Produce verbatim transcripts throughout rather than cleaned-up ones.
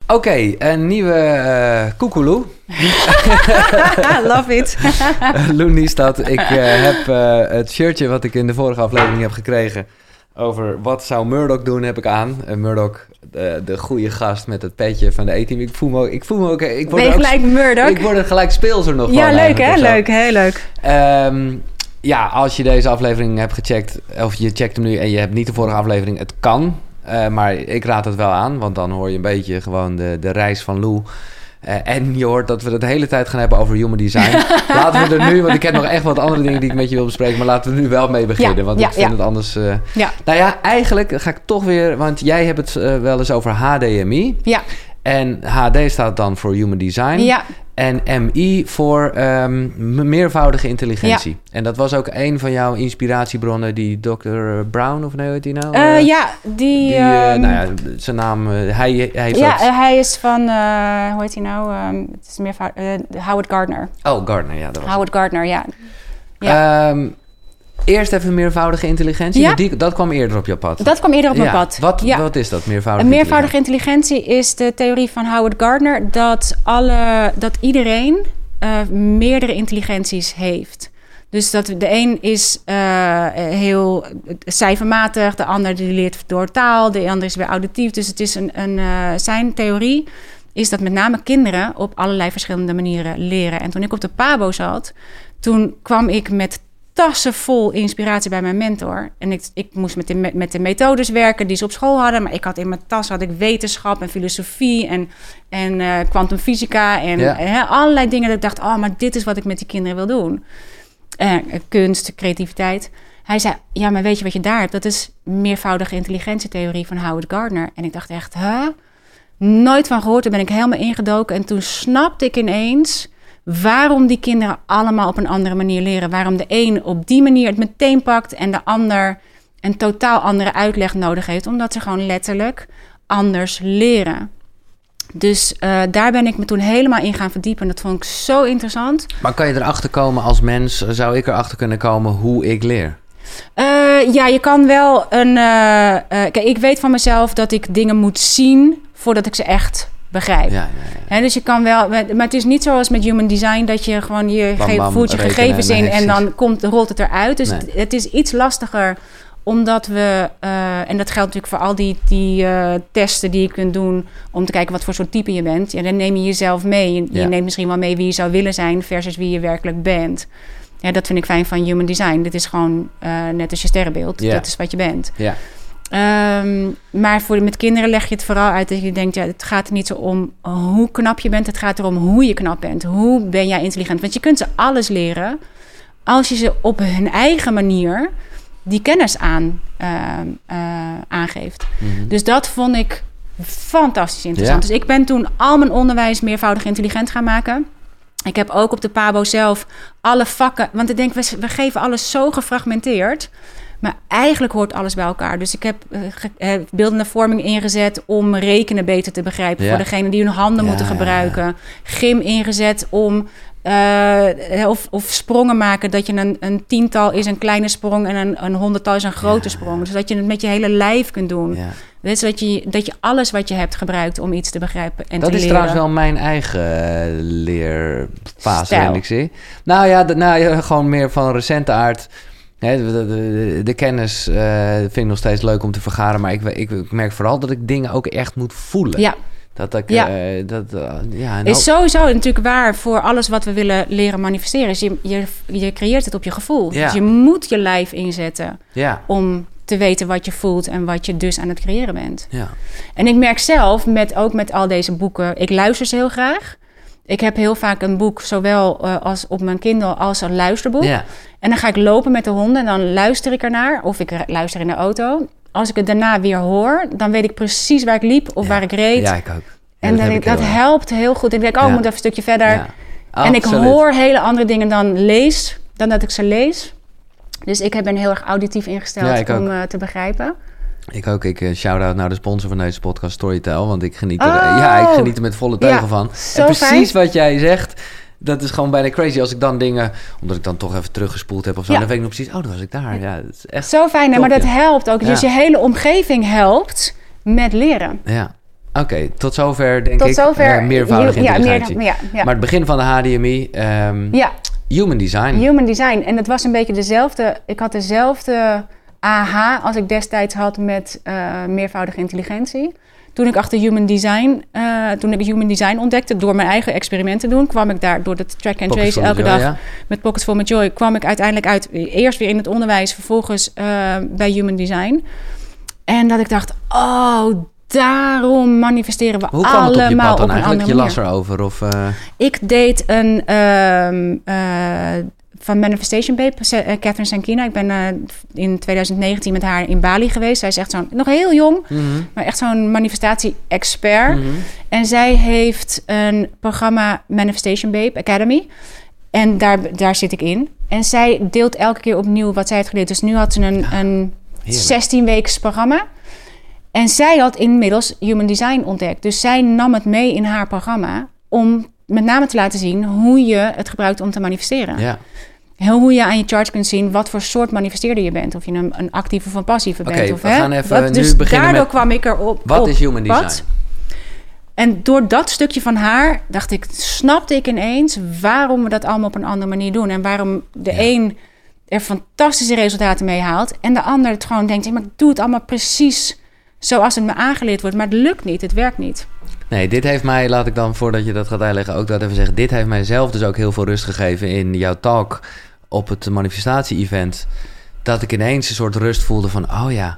Oké, okay, een nieuwe uh, Koekeloe. Love it. Lou Niestad, ik uh, heb uh, het shirtje wat ik in de vorige aflevering heb gekregen over wat zou Murdoch doen, heb ik aan. Uh, Murdoch, de, de goede gast met het petje van de A-team. Ik voel me, ik voel me ook... Ik word ben je ook, gelijk Murdoch? Ik word er gelijk speelser nog ja, van. Ja, leuk hè? Leuk, heel leuk. Um, ja, als je deze aflevering hebt gecheckt, of je checkt hem nu en je hebt niet de vorige aflevering, het kan. Uh, maar ik raad het wel aan, want dan hoor je een beetje gewoon de, de reis van Lou. Uh, en je hoort dat we het de hele tijd gaan hebben over human design. Laten we er nu, want ik heb nog echt wat andere dingen die ik met je wil bespreken, maar laten we er nu wel mee beginnen, ja, want ja, ik vind ja. het anders... Uh... Ja. Nou ja, eigenlijk ga ik toch weer, want jij hebt het uh, wel eens over H D M I. Ja. En H D staat dan voor human design. Ja. En M I voor um, meervoudige intelligentie. Ja. En dat was ook een van jouw inspiratiebronnen, die dokter Brown, of nee, hoe heet die nou? Uh, uh, ja, die... die uh, um, nou ja, zijn naam... Uh, hij, hij heeft ja, ook... uh, hij is van... Uh, hoe heet hij nou? Um, het is meervoud, uh, Howard Gardner. Oh, Gardner, ja. Dat was Howard het. Gardner, ja. ja. Um, Eerst even meervoudige intelligentie. Ja. Die, dat kwam eerder op jouw pad. Dat kwam eerder op ja. mijn pad. Wat, ja. wat is dat, meervoudige Een meervoudige intelligentie? intelligentie is de theorie van Howard Gardner dat, alle, dat iedereen uh, meerdere intelligenties heeft. Dus dat de een is uh, heel cijfermatig, de ander die leert door taal, de ander is weer auditief. Dus het is een, een, uh, zijn theorie is dat met name kinderen op allerlei verschillende manieren leren. En toen ik op de Pabo zat, toen kwam ik met tassen vol inspiratie bij mijn mentor. En ik, ik moest met de, met de methodes werken die ze op school hadden. Maar ik had in mijn tas had ik wetenschap en filosofie en, en uh, kwantumfysica en ja. he, allerlei dingen. Dat ik dacht, oh, maar dit is wat ik met die kinderen wil doen. Uh, kunst, creativiteit. Hij zei, ja, maar weet je wat je daar hebt? Dat is meervoudige intelligentietheorie van Howard Gardner. En ik dacht echt, huh? Nooit van gehoord. Daar ben ik helemaal ingedoken. En toen snapte ik ineens waarom die kinderen allemaal op een andere manier leren. Waarom de een op die manier het meteen pakt en de ander een totaal andere uitleg nodig heeft. Omdat ze gewoon letterlijk anders leren. Dus uh, daar ben ik me toen helemaal in gaan verdiepen. Dat vond ik zo interessant. Maar kan je erachter komen als mens, zou ik erachter kunnen komen hoe ik leer? Uh, ja, je kan wel een... Uh, uh, kijk, ik weet van mezelf dat ik dingen moet zien voordat ik ze echt begrijp. Ja, ja, ja. He, dus je kan wel... Maar het is niet zoals met human design dat je gewoon... Je bam, bam, voert je gegevens in en dan komt, rolt het eruit. Dus nee. het, het is iets lastiger omdat we... Uh, en dat geldt natuurlijk voor al die, die uh, testen die je kunt doen om te kijken wat voor soort type je bent. Ja, dan neem je jezelf mee. Je, ja. je neemt misschien wel mee wie je zou willen zijn versus wie je werkelijk bent. Ja, dat vind ik fijn van human design. Dit is gewoon uh, net als je sterrenbeeld. Ja. Dat is wat je bent. Ja. Um, maar voor, met kinderen leg je het vooral uit dat je denkt, ja, het gaat er niet zo om hoe knap je bent. Het gaat erom hoe je knap bent. Hoe ben jij intelligent? Want je kunt ze alles leren als je ze op hun eigen manier die kennis aan, uh, uh, aangeeft. Mm-hmm. Dus dat vond ik fantastisch interessant. Ja. Dus ik ben toen al mijn onderwijs meervoudig intelligent gaan maken. Ik heb ook op de Pabo zelf alle vakken... Want ik denk, we, we geven alles zo gefragmenteerd. Maar eigenlijk hoort alles bij elkaar. Dus ik heb uh, ge, uh, beeldende vorming ingezet om rekenen beter te begrijpen. Ja. Voor degenen die hun handen ja, moeten gebruiken. Ja, ja. Gym ingezet om... Uh, of, of sprongen maken, dat je een, een tiental is een kleine sprong en een, een honderdtal is een grote ja, sprong. Zodat je het met je hele lijf kunt doen. Ja. Dus dat je, dat je alles wat je hebt gebruikt om iets te begrijpen en dat te leren. Dat is trouwens wel mijn eigen uh, leerfase, vind ik zie. Nou ja, de, nou ja, gewoon meer van recente aard. Hè, de, de, de, de kennis uh, vind ik nog steeds leuk om te vergaren, maar ik, ik, ik merk vooral dat ik dingen ook echt moet voelen. Ja. Dat ik, ja. Uh, dat, uh, ja, nou... is sowieso natuurlijk waar voor alles wat we willen leren manifesteren. Dus je, je, je creëert het op je gevoel. Ja. Dus je moet je lijf inzetten ja. om te weten wat je voelt en wat je dus aan het creëren bent. Ja. En ik merk zelf, met, ook met al deze boeken, ik luister ze heel graag. Ik heb heel vaak een boek, zowel uh, als op mijn Kindle als een luisterboek. Ja. En dan ga ik lopen met de honden en dan luister ik ernaar. Of ik luister in de auto. Als ik het daarna weer hoor, dan weet ik precies waar ik liep of ja. waar ik reed. Ja, ik ook. Ja, en dat dan, ik dat helpt heel goed. Ik denk, oh, ja. ik moet even een stukje verder. Ja. En ik hoor hele andere dingen dan lees, dan dat ik ze lees. Dus ik ben heel erg auditief ingesteld ja, om uh, te begrijpen. Ik ook. Ik uh, shout-out naar de sponsor van deze podcast, Storytel. Want ik geniet er, oh, ja, ik geniet er met volle teugen ja, van. En precies fijn. Wat jij zegt, dat is gewoon bijna crazy. Als ik dan dingen, omdat ik dan toch even teruggespoeld heb of zo, ja. dan weet ik nog precies, oh, dan was ik daar. Ja, dat is echt zo fijn, top, maar dat ja. helpt ook. Dus ja. je hele omgeving helpt met leren. Ja. Oké, okay, tot zover denk tot ik zover, uh, meervoudige ja, intelligentie. Meer, ja, ja. Maar het begin van de H D M I, um, ja. Human Design. Human Design. En het was een beetje dezelfde... Ik had dezelfde aha als ik destijds had met uh, meervoudige intelligentie. Toen ik achter Human Design... Uh, toen ik Human Design ontdekte, door mijn eigen experimenten te doen... kwam ik daar door het track and trace elke dag... Ja. Met Pockets Full of Joy... kwam ik uiteindelijk uit... Eerst weer in het onderwijs, vervolgens uh, bij Human Design. En dat ik dacht... Oh, daarom manifesteren we Hoe allemaal kwam het op je pad dan op een eigenlijk? andere Je las manier. erover? Of, uh... Ik deed een... Uh, uh, van Manifestation Babe, Catherine Sankina. Ik ben uh, in twintig negentien met haar in Bali geweest. Zij is echt zo'n, nog heel jong, mm-hmm. maar echt zo'n manifestatie-expert. Mm-hmm. En zij heeft een programma Manifestation Babe Academy. En daar, daar zit ik in. En zij deelt elke keer opnieuw wat zij heeft geleerd. Dus nu had ze een, ja, een zestien-weeks programma. En zij had inmiddels Human Design ontdekt. Dus zij nam het mee in haar programma om met name te laten zien hoe je het gebruikt om te manifesteren. Ja. Hoe je aan je chart kunt zien wat voor soort manifesteerder je bent. Of je een, een actieve of een passieve bent. Oké, of, we hè? gaan even wat, nu dus beginnen daardoor met... kwam ik erop. Wat op, is Human Design? Wat? En door dat stukje van haar dacht ik, snapte ik ineens waarom we dat allemaal op een andere manier doen. En waarom de ja. een er fantastische resultaten mee haalt. En de ander het gewoon denkt, maar ik doe het allemaal precies zoals het me aangeleerd wordt. Maar het lukt niet, het werkt niet. Nee, dit heeft mij, laat ik dan voordat je dat gaat uitleggen ook dat even zeggen. Dit heeft mij zelf dus ook heel veel rust gegeven in jouw talk op het manifestatie-event. Dat ik ineens een soort rust voelde van, oh ja,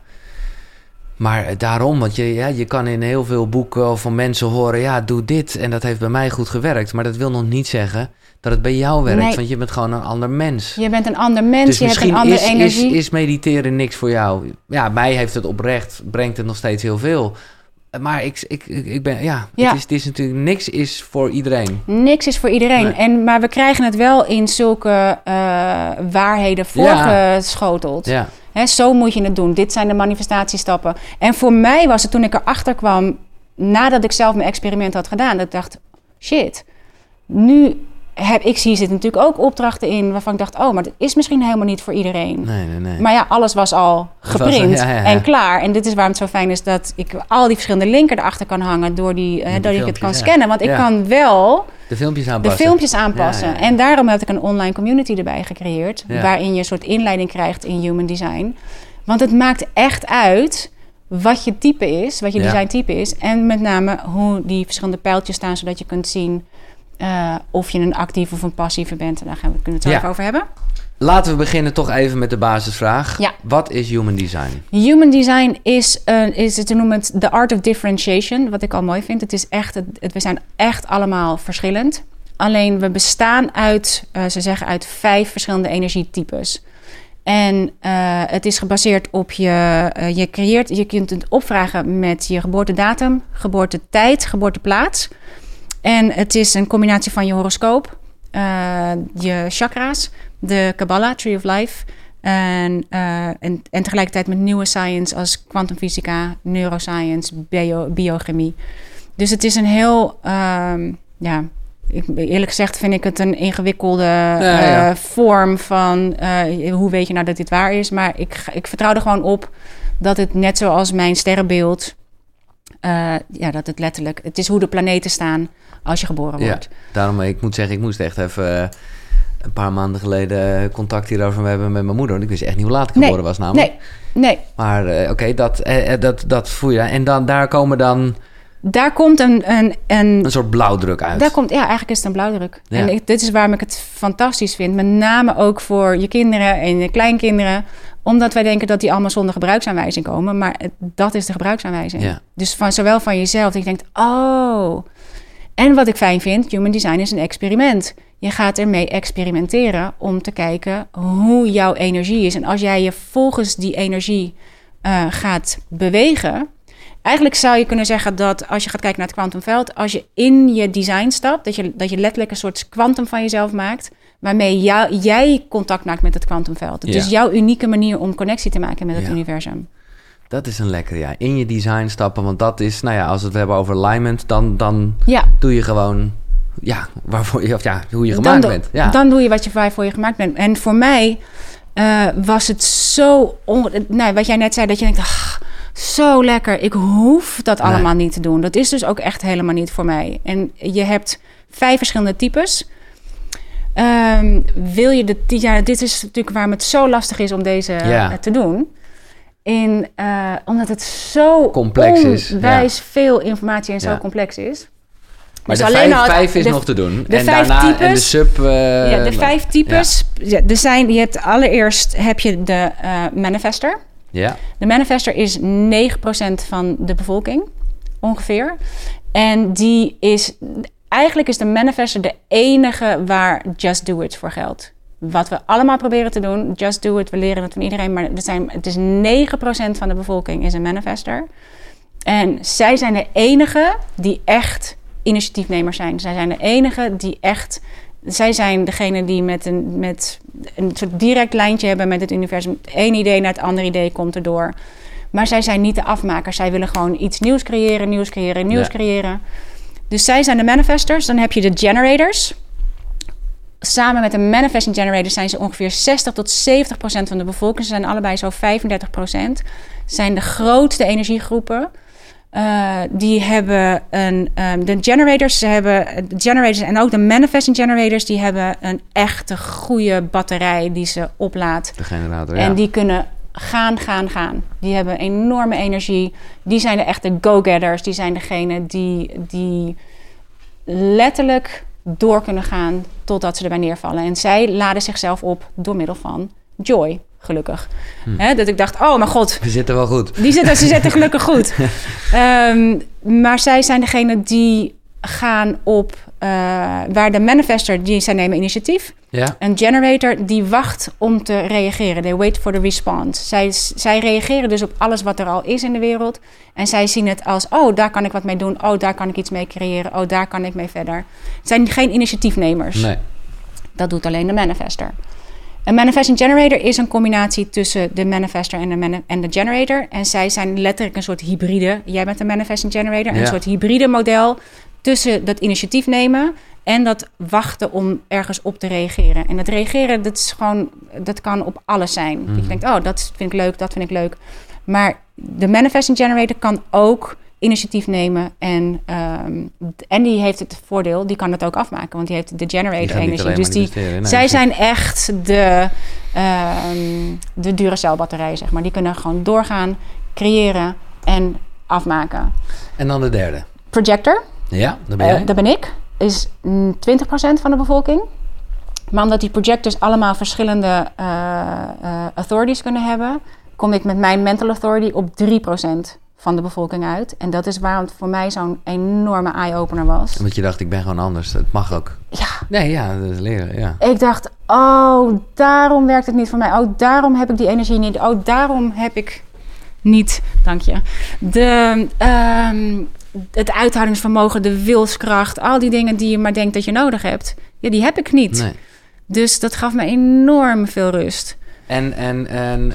maar daarom. Want je, ja, je kan in heel veel boeken of van mensen horen, ja, doe dit. En dat heeft bij mij goed gewerkt. Maar dat wil nog niet zeggen dat het bij jou werkt. Nee. Want je bent gewoon een ander mens. Je bent een ander mens, dus je hebt een andere is, energie. Is, is mediteren niks voor jou? Ja, mij heeft het oprecht, brengt het nog steeds heel veel. Maar ik, ik, ik ben, ja, ja. Het, is, het is natuurlijk, niks is voor iedereen. Niks is voor iedereen. Nee. En, maar we krijgen het wel in zulke uh, waarheden voorgeschoteld. Ja. Hè, zo moet je het doen. Dit zijn de manifestatiestappen. En voor mij was het toen ik erachter kwam, nadat ik zelf mijn experiment had gedaan, dat ik dacht, shit, nu heb ik, hier zitten natuurlijk ook opdrachten in waarvan ik dacht, oh, maar dat is misschien helemaal niet voor iedereen. Nee, nee, nee. Maar ja, alles was al geprint was, ja, ja, ja. en klaar. En dit is waarom het zo fijn is dat ik al die verschillende linken erachter kan hangen door die, uh, dat ik het kan ja. scannen. Want ik ja. kan wel de filmpjes aanpassen. De filmpjes aanpassen. Ja, ja, ja. En daarom heb ik een online community erbij gecreëerd, ja. waarin je een soort inleiding krijgt in Human Design. Want het maakt echt uit wat je type is, wat je ja. design type is. En met name hoe die verschillende pijltjes staan, zodat je kunt zien Uh, of je een actieve of een passieve bent. En daar gaan we, kunnen we het zo ja. even over hebben. Laten we beginnen toch even met de basisvraag. Ja. Wat is Human Design? Human Design is, uh, is te noemen het the art of differentiation. Wat ik al mooi vind. Het is echt, het, het, we zijn echt allemaal verschillend. Alleen we bestaan uit, uh, ze zeggen uit vijf verschillende energietypes. En uh, het is gebaseerd op je, uh, je creëert, je kunt het opvragen met je geboortedatum, geboortetijd, geboorteplaats. En het is een combinatie van je horoscoop, uh, je chakra's, de Kabbalah, Tree of Life. En, uh, en, en tegelijkertijd met nieuwe science als kwantumfysica, neuroscience, bio, biochemie. Dus het is een heel, um, ja, ik, eerlijk gezegd vind ik het een ingewikkelde ja, ja. Uh, vorm van uh, hoe weet je nou dat dit waar is. Maar ik, ik vertrouw er gewoon op dat het net zoals mijn sterrenbeeld, uh, ja, dat het letterlijk, het is hoe de planeten staan als je geboren wordt. Ja, daarom, ik moet zeggen, ik moest echt even uh, een paar maanden geleden contact hierover hebben met mijn moeder. Want ik wist echt niet hoe laat ik geboren nee, was namelijk. Nee, nee. Maar uh, oké, okay, dat, uh, dat, dat voel je. En dan, daar komen dan... Daar komt een, een, een... Een soort blauwdruk uit. Daar komt, ja, eigenlijk is het een blauwdruk. Ja. En ik, dit is waarom ik het fantastisch vind. Met name ook voor je kinderen en je kleinkinderen. Omdat wij denken dat die allemaal zonder gebruiksaanwijzing komen. Maar het, dat is de gebruiksaanwijzing. Ja. Dus van, zowel van jezelf, dat je denkt, oh... En wat ik fijn vind, Human Design is een experiment. Je gaat ermee experimenteren om te kijken hoe jouw energie is. En als jij je volgens die energie uh, gaat bewegen... Eigenlijk zou je kunnen zeggen dat als je gaat kijken naar het kwantumveld... als je in je design stapt, dat je, dat je letterlijk een soort kwantum van jezelf maakt... waarmee jou, jij contact maakt met het kwantumveld. Het ja. is jouw unieke manier om connectie te maken met het ja. universum. Dat is een lekkere, ja. In je design stappen, want dat is, nou ja, als we het hebben over alignment, dan, dan ja. doe je gewoon, ja, waarvoor je, of ja, hoe je gemaakt dan, bent. Ja. Dan doe je wat je waarvoor je gemaakt bent. En voor mij uh, was het zo, on, nou, wat jij net zei, dat je denkt, ach, Zo lekker. Ik hoef dat Nee. allemaal niet te doen. Dat is dus ook echt helemaal niet voor mij. En je hebt vijf verschillende types. Um, wil je de... Ja, dit is natuurlijk waarom het zo lastig is om deze Ja. uh, te doen. In, uh, omdat het zo Complex is, onwijs ja. veel informatie en zo Ja. complex is. Maar Dus de alleen vijf, al het- vijf is de- nog te doen. de en vijf daarna types- en de sub... uh, Ja, de vijf types. Ja. er zijn, je hebt allereerst heb je de uh, manifester. Ja. De manifester is negen procent van de bevolking, ongeveer. En die is... Eigenlijk is de manifester de enige waar Just Do It voor geldt. Wat we allemaal proberen te doen, Just Do It, we leren het van iedereen... maar het, zijn, het is negen procent van de bevolking is een manifester. En zij zijn de enige die echt initiatiefnemers zijn. Zij zijn de enige die echt... Zij zijn degene die met een, met een soort direct lijntje hebben met het universum. Eén idee naar het andere idee komt erdoor. Maar zij zijn niet de afmakers. Zij willen gewoon iets nieuws creëren, nieuws creëren, nieuws Ja. creëren. Dus zij zijn de manifestors. Dan heb je de generators. Samen met de manifesting generators zijn ze ongeveer zestig tot zeventig procent van de bevolking. Ze zijn allebei zo vijfendertig procent. Zijn de grootste energiegroepen. Uh, die hebben een... Um, de generators, ze hebben... De generators en ook de manifesting generators... die hebben een echte goede batterij die ze oplaadt. De generator, En ja. die kunnen gaan, gaan, gaan. Die hebben enorme energie. Die zijn de echte go-getters. Die zijn degene die, die letterlijk door kunnen gaan totdat ze erbij neervallen. En zij laden zichzelf op door middel van joy, gelukkig. Hm. Hè, dat ik dacht, oh mijn god, We zitten wel goed. die zitten, ze zitten gelukkig goed. Um, maar zij zijn degene die gaan op... Uh, waar de manifester, die, zij nemen initiatief. Ja. Een generator die wacht om te reageren. They wait for the response. Zij, zij reageren dus op alles wat er al is in de wereld. En zij zien het als, oh, daar kan ik wat mee doen. Oh, daar kan ik iets mee creëren. Oh, daar kan ik mee verder. Het zijn geen initiatiefnemers. Nee. Dat doet alleen de manifester. Een manifesting generator is een combinatie tussen de manifester en de, mani- en de generator. En zij zijn letterlijk een soort hybride. Jij bent een manifesting generator. Ja. Een soort hybride model tussen dat initiatief nemen en dat wachten om ergens op te reageren. En dat reageren, dat is gewoon, dat kan op alles zijn. Mm. Dat je denkt, oh, dat vind ik leuk, dat vind ik leuk. Maar de manifesting generator kan ook initiatief nemen. En, um, en die heeft het voordeel, die kan het ook afmaken. Want die heeft de Die gaat niet generator-energie. alleen Dus maar die, investeren. Nee, zij precies. zijn echt de, um, de Duracell-batterij, zeg maar. Die kunnen gewoon doorgaan, creëren en afmaken. En dan de derde. Projector. Ja, dat ben jij. Uh, dat ben ik. Is mm, twintig procent van de bevolking. Maar omdat die projectors allemaal verschillende uh, uh, authorities kunnen hebben, kom ik met mijn mental authority op drie procent van de bevolking uit. En dat is waarom het voor mij zo'n enorme eye-opener was. Omdat je dacht, ik ben gewoon anders. Het mag ook. Ja. Nee, ja, dat is leren, ja. Ik dacht, oh, daarom werkt het niet voor mij. Oh, daarom heb ik die energie niet. Oh, daarom heb ik niet, dank je, de... Um, het uithoudingsvermogen, de wilskracht, al die dingen die je maar denkt dat je nodig hebt, ja, die heb ik niet. Nee. Dus dat gaf me enorm veel rust. En, en, en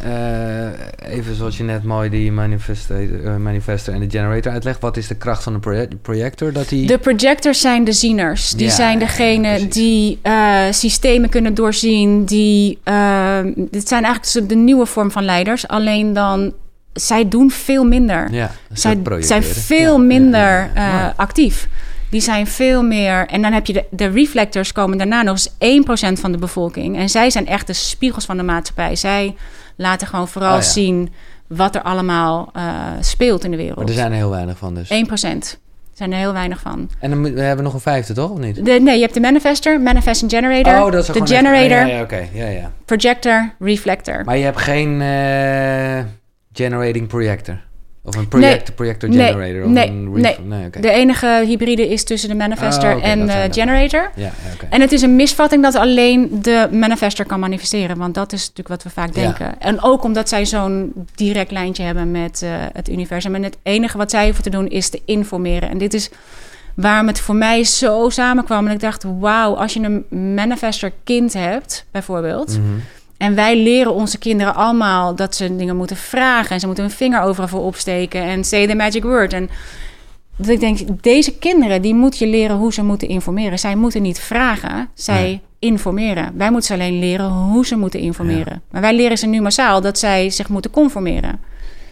uh, even zoals je net mooi die manifester, uh, manifester en de generator uitlegt, wat is de kracht van de proje- projector? Dat die... De projectors zijn de zieners. Die Ja, zijn degene ja, die uh, systemen kunnen doorzien. Die, uh, dit zijn eigenlijk de nieuwe vorm van leiders. Alleen dan, zij doen veel minder. Ja, zij zijn veel ja, minder ja, ja, ja. Uh, actief. Die zijn veel meer... En dan heb je de, de reflectors komen daarna nog eens één procent van de bevolking. En zij zijn echt de spiegels van de maatschappij. Zij laten gewoon vooral oh, ja. zien wat er allemaal uh, speelt in de wereld. Maar er zijn er heel weinig van dus. één procent. Er zijn er heel weinig van. En dan we hebben we nog een vijfde, toch? Of niet? De, nee, je hebt de manifester, manifesting generator. Oh, dat is de gewoon generator, echt... ja, ja, okay. ja, ja. projector, reflector. Maar je hebt geen uh, generating projector? Of een project, nee, projector nee, generator? Of nee, een nee. nee okay. De enige hybride is tussen de manifester oh, okay, en de generator. Ja, ja, okay. En het is een misvatting dat alleen de manifester kan manifesteren. Want dat is natuurlijk wat we vaak denken. Ja. En ook omdat zij zo'n direct lijntje hebben met uh, het universum. En het enige wat zij hoeven te doen is te informeren. En dit is waarom het voor mij zo samenkwam. En ik dacht, wauw, als je een manifester kind hebt, bijvoorbeeld... Mm-hmm. En wij leren onze kinderen allemaal dat ze dingen moeten vragen. En ze moeten hun vinger overal voor opsteken. En say the magic word. En dat ik denk, deze kinderen, die moet je leren hoe ze moeten informeren. Zij moeten niet vragen, zij nee. informeren. Wij moeten ze alleen leren hoe ze moeten informeren. Ja. Maar wij leren ze nu massaal dat zij zich moeten conformeren.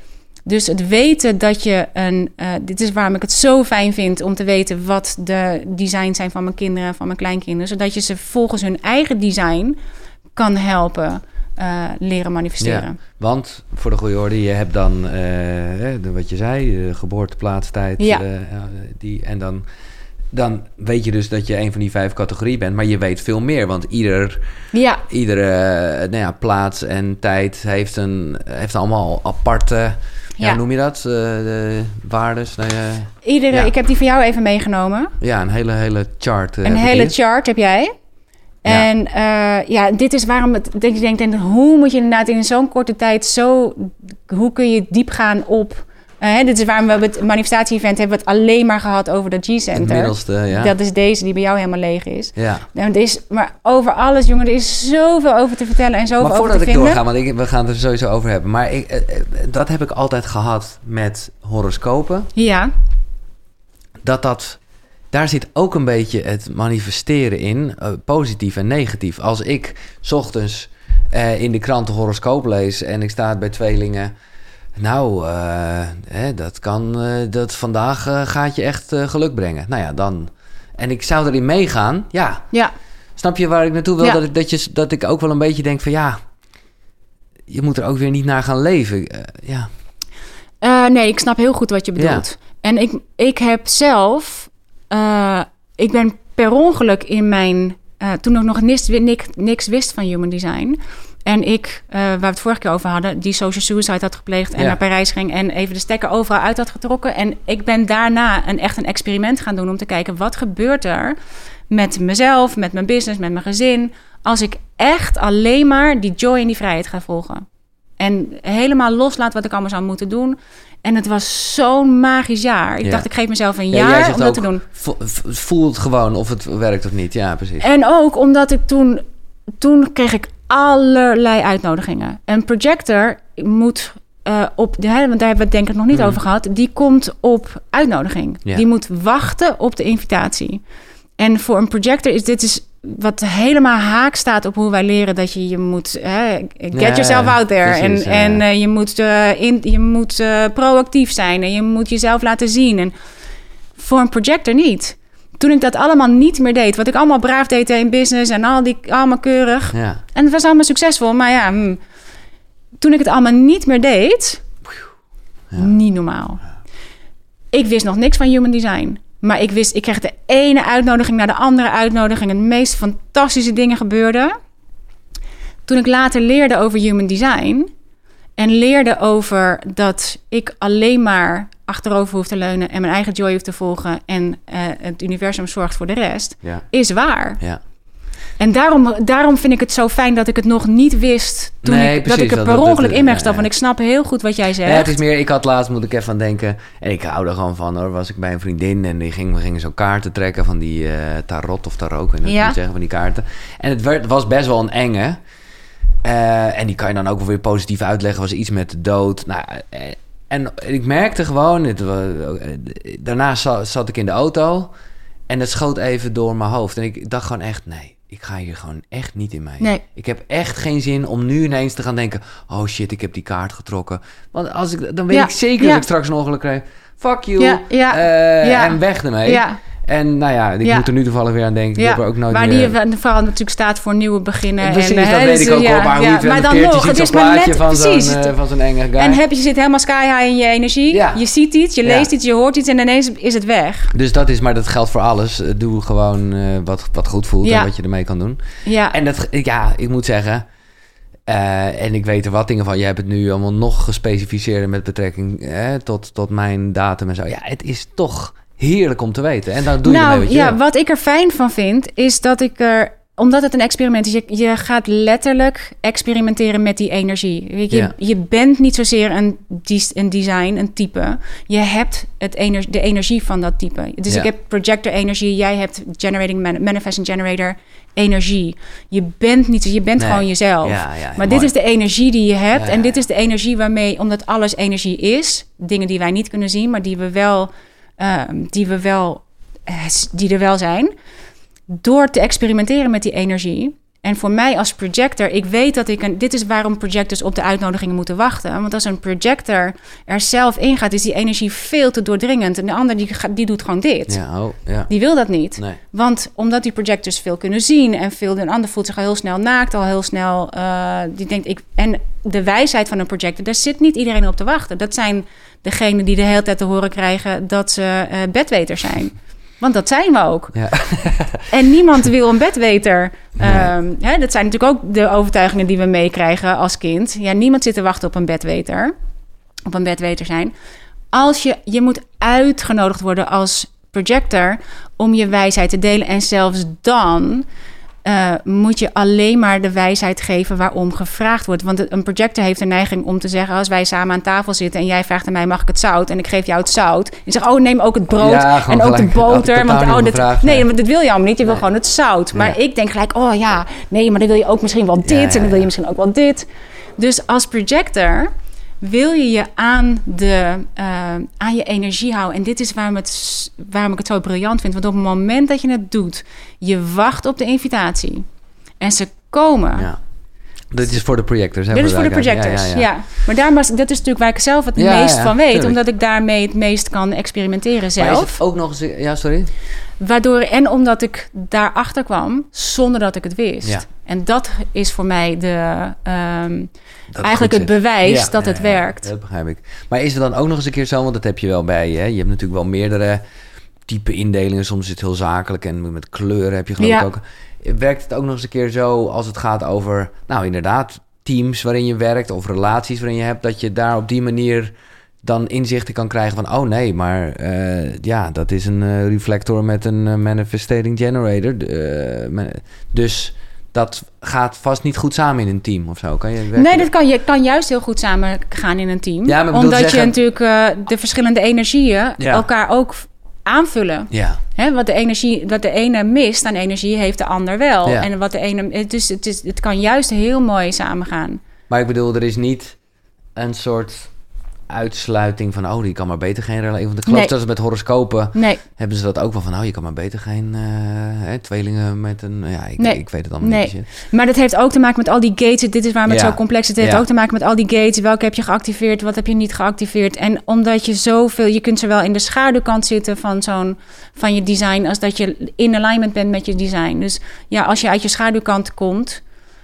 Dus het weten dat je een... Uh, dit is waarom ik het zo fijn vind om te weten wat de designs zijn van mijn kinderen, van mijn kleinkinderen. Zodat je ze volgens hun eigen design kan helpen uh, leren manifesteren. Ja, want voor de goede orde, je hebt dan uh, de, wat je zei, de geboorteplaats, tijd. Ja. Uh, die, en dan, dan weet je dus dat je een van die vijf categorieën bent. Maar je weet veel meer, want ieder, ja. iedere uh, nou ja, plaats en tijd heeft, een, heeft allemaal aparte... Ja, ja, noem je dat? Uh, de waardes? Nou, uh, Iedere, ja. Ik heb die van jou even meegenomen. Ja, een hele, hele chart. Uh, een hele hier. chart heb jij. Ja. En uh, ja, dit is waarom het, dat je denkt, hoe moet je inderdaad in zo'n korte tijd zo... Hoe kun je diep gaan op... Uh, dit is waarom we het manifestatie-event hebben we het alleen maar gehad over de G-center. Het middelste, ja. Dat is deze die bij jou helemaal leeg is. Ja. En er is maar over alles, jongen, er is zoveel over te vertellen en zoveel over te vinden. Maar voordat ik doorga, want ik, we gaan het er sowieso over hebben. Maar ik, uh, dat heb ik altijd gehad met horoscopen. Ja. Dat dat... Daar zit ook een beetje het manifesteren in, uh, positief en negatief. Als ik 's ochtends uh, in de krant de horoscoop lees en ik sta bij tweelingen... Nou, uh, hè, dat kan, uh, dat vandaag uh, gaat je echt uh, geluk brengen. Nou ja, dan... En ik zou erin meegaan, ja. Ja. Snap je waar ik naartoe wil? Ja. Dat, ik, dat, je, dat ik ook wel een beetje denk van ja... Je moet er ook weer niet naar gaan leven, uh, ja. Uh, nee, ik snap heel goed wat je bedoelt. Ja. En ik, ik heb zelf... Uh, ik ben per ongeluk in mijn... Uh, toen ik nog niks, niks, niks wist van human design... En ik, uh, waar we het vorige keer over hadden... die social suicide had gepleegd en ja. naar Parijs ging... en even de stekker overal uit had getrokken. En ik ben daarna een, echt een experiment gaan doen... om te kijken, wat gebeurt er met mezelf, met mijn business, met mijn gezin... als ik echt alleen maar die joy en die vrijheid ga volgen. En helemaal loslaat wat ik allemaal zou moeten doen... En het was zo'n magisch jaar. Ik ja. dacht, ik geef mezelf een ja, jaar om dat te doen. Voel het gewoon of het werkt of niet. Ja, precies. En ook omdat ik toen... Toen kreeg ik allerlei uitnodigingen. Een projector moet uh, op... De, want daar hebben we het denk ik nog niet mm. over gehad. Die komt op uitnodiging. Ja. Die moet wachten op de invitatie. En voor een projector is dit is wat helemaal haak staat op hoe wij leren dat je je moet uh, get ja, yourself out there precies, en ja. en uh, je moet uh, in, je moet uh, proactief zijn en je moet jezelf laten zien. En voor een projector niet. Toen ik dat allemaal niet meer deed, wat ik allemaal braaf deed in business en al die allemaal keurig. Ja. En het was allemaal succesvol, maar ja, hm, toen ik het allemaal niet meer deed, ja. niet normaal. Ik wist nog niks van human design. Maar ik wist, ik kreeg de ene uitnodiging naar de andere uitnodiging. En de meest fantastische dingen gebeurden. Toen ik later leerde over human design... en leerde over dat ik alleen maar achterover hoef te leunen... en mijn eigen joy hoef te volgen... en uh, het universum zorgt voor de rest, ja. is waar. Ja. En daarom, daarom vind ik het zo fijn dat ik het nog niet wist... toen nee, ik, precies, dat ik er dat, per ongeluk dat, dat, in ben gestapt. Ja, ja. Want ik snap heel goed wat jij zegt. Ja, het is meer, ik had laatst, moet ik even aan denken... en ik hou er gewoon van, hoor. Was ik bij een vriendin en die ging, we gingen zo kaarten trekken... van die uh, tarot of tarot, ik weet niet ja. hoe zeggen, van die kaarten. En het werd, was best wel een enge. Uh, en die kan je dan ook wel weer positief uitleggen. Was iets met de dood. Nou, uh, en ik merkte gewoon... Het, uh, daarna zat, zat ik in de auto... en het schoot even door mijn hoofd. En ik dacht gewoon echt, nee... Ik ga hier gewoon echt niet in mee. Nee. Ik heb echt geen zin om nu ineens te gaan denken... oh shit, ik heb die kaart getrokken. Want als ik, dan weet ja, ik zeker ja. dat ik straks een ongeluk krijg. Fuck you. Ja, ja, uh, ja. En weg ermee. Ja. En nou ja, ik ja. moet er nu toevallig weer aan denken. Ja. Ik heb er ook nooit maar meer... die vooral natuurlijk staat voor nieuwe beginnen. Precies, en, dat hè, weet ik ook ja, al. Maar hoe ja, je het maar dan nog, het is maar net van precies. Zo'n, uh, van zo'n enge guy. En heb je, je zit helemaal sky high in je energie. Ja. Je ziet iets, je leest ja. iets, je hoort iets en ineens is het weg. Dus dat is, maar dat geldt voor alles. Doe gewoon uh, wat, wat goed voelt ja. en wat je ermee kan doen. Ja. En dat, ja, ik moet zeggen... Uh, en ik weet er wat dingen van. Jij hebt het nu allemaal nog gespecificeerd met betrekking eh, tot, tot mijn datum en zo. Ja, het is toch heerlijk om te weten. En dan doe je nou, ermee wat je ja, wil. Wat ik er fijn van vind, is dat ik er... Omdat het een experiment is, je, je gaat letterlijk experimenteren met die energie. Weet je, Ja. je bent niet zozeer een, een design, een type. Je hebt het ener, de energie van dat type. Dus Ja. ik heb projector energie, jij hebt generating man, manifesting generator energie. Je bent niet, je bent Nee. gewoon jezelf. Ja, ja, maar mooi. dit is de energie die je hebt. Ja, ja, en dit ja. is de energie waarmee, omdat alles energie is, dingen die wij niet kunnen zien, maar die we wel, uh, die we wel, uh, die er wel zijn. Door te experimenteren met die energie En voor mij als projector, ik weet dat ik een... Dit is waarom projectors op de uitnodigingen moeten wachten. Want als een projector er zelf ingaat, is die energie veel te doordringend. En de ander die, die doet gewoon dit. Ja, oh, ja. Die wil dat niet. Nee. Want omdat die projectors veel kunnen zien en veel... Een ander voelt zich al heel snel naakt, al heel snel... Uh, die denkt, ik, en de wijsheid van een projector, daar zit niet iedereen op te wachten. Dat zijn degenen die de hele tijd te horen krijgen dat ze uh, bedweters zijn. Want dat zijn we ook. Ja. En niemand wil een bedweter. Nee. Um, hè, dat zijn natuurlijk ook de overtuigingen die we meekrijgen als kind. Ja, niemand zit te wachten op een bedweter. Op een bedweter zijn. Als je, je moet uitgenodigd worden als projector om je wijsheid te delen. En zelfs dan uh, moet je alleen maar de wijsheid geven waarom gevraagd wordt. Want een projector heeft een neiging om te zeggen... als wij samen aan tafel zitten en jij vraagt aan mij... mag ik het zout? En ik geef jou het zout. En je zegt, oh, neem ook het brood ja, en ook de boter. Want oh, dit, vraag, nee, maar dat wil je allemaal niet. Je wil ja. gewoon het zout. Maar ja. ik denk gelijk, oh ja, nee, maar dan wil je ook misschien wel dit... Ja, ja, ja. en dan wil je misschien ook wel dit. Dus als projector... wil je je aan, de, uh, aan je energie houden. En dit is waarom, het, waarom ik het zo briljant vind. Want op het moment dat je het doet... je wacht op de invitatie. En ze komen. Ja. Dit is voor de projectors. Dit is voor de projectors, ja. ja, ja. ja. Maar daar was, dat is natuurlijk waar ik zelf het ja, meest ja, van weet. Tuurlijk. Omdat ik daarmee het meest kan experimenteren zelf. Maar is het ook nog eens... Ja, sorry? Waardoor, en omdat ik daarachter kwam... zonder dat ik het wist. Ja. En dat is voor mij de... Um, eigenlijk het bewijs ja, dat ja, het ja, werkt. Dat begrijp ik. Maar is het dan ook nog eens een keer zo... want dat heb je wel bij je. Hè? Je hebt natuurlijk wel meerdere type indelingen. Soms is het heel zakelijk en met kleuren heb je geloof ik ja. ook... Werkt het ook nog eens een keer zo als het gaat over... nou, inderdaad, teams waarin je werkt... of relaties waarin je hebt... dat je daar op die manier dan inzichten kan krijgen van... oh nee, maar uh, ja, dat is een uh, reflector met een uh, manifestating generator. Uh, man- dus dat gaat vast niet goed samen in een team of zo. Kan je werken? Nee, dat kan, je kan juist heel goed samen gaan in een team. Ja, maar omdat zeggen... je natuurlijk uh, de verschillende energieën ja. elkaar ook... aanvullen. Ja. Hè, wat de energie, wat de ene mist aan energie, heeft de ander wel. Ja. En wat de ene, dus het, is, het kan juist heel mooi samengaan. Maar ik bedoel, er is niet een soort uitsluiting van... oh, die kan maar beter geen relatie... Want ik geloof nee. dat ze met horoscopen... Nee. hebben ze dat ook wel van... oh, je kan maar beter geen uh, hè, tweelingen met een... ja, ik, nee. ik weet het allemaal nee. niet. Maar dat heeft ook te maken met al die gates. Dit is waarom het ja. zo complex is. Het heeft ja. ook te maken met al die gates. Welke heb je geactiveerd? Wat heb je niet geactiveerd? En omdat je zoveel... je kunt zowel in de schaduwkant zitten van zo'n... van je design... als dat je in alignment bent met je design. Dus ja, als je uit je schaduwkant komt...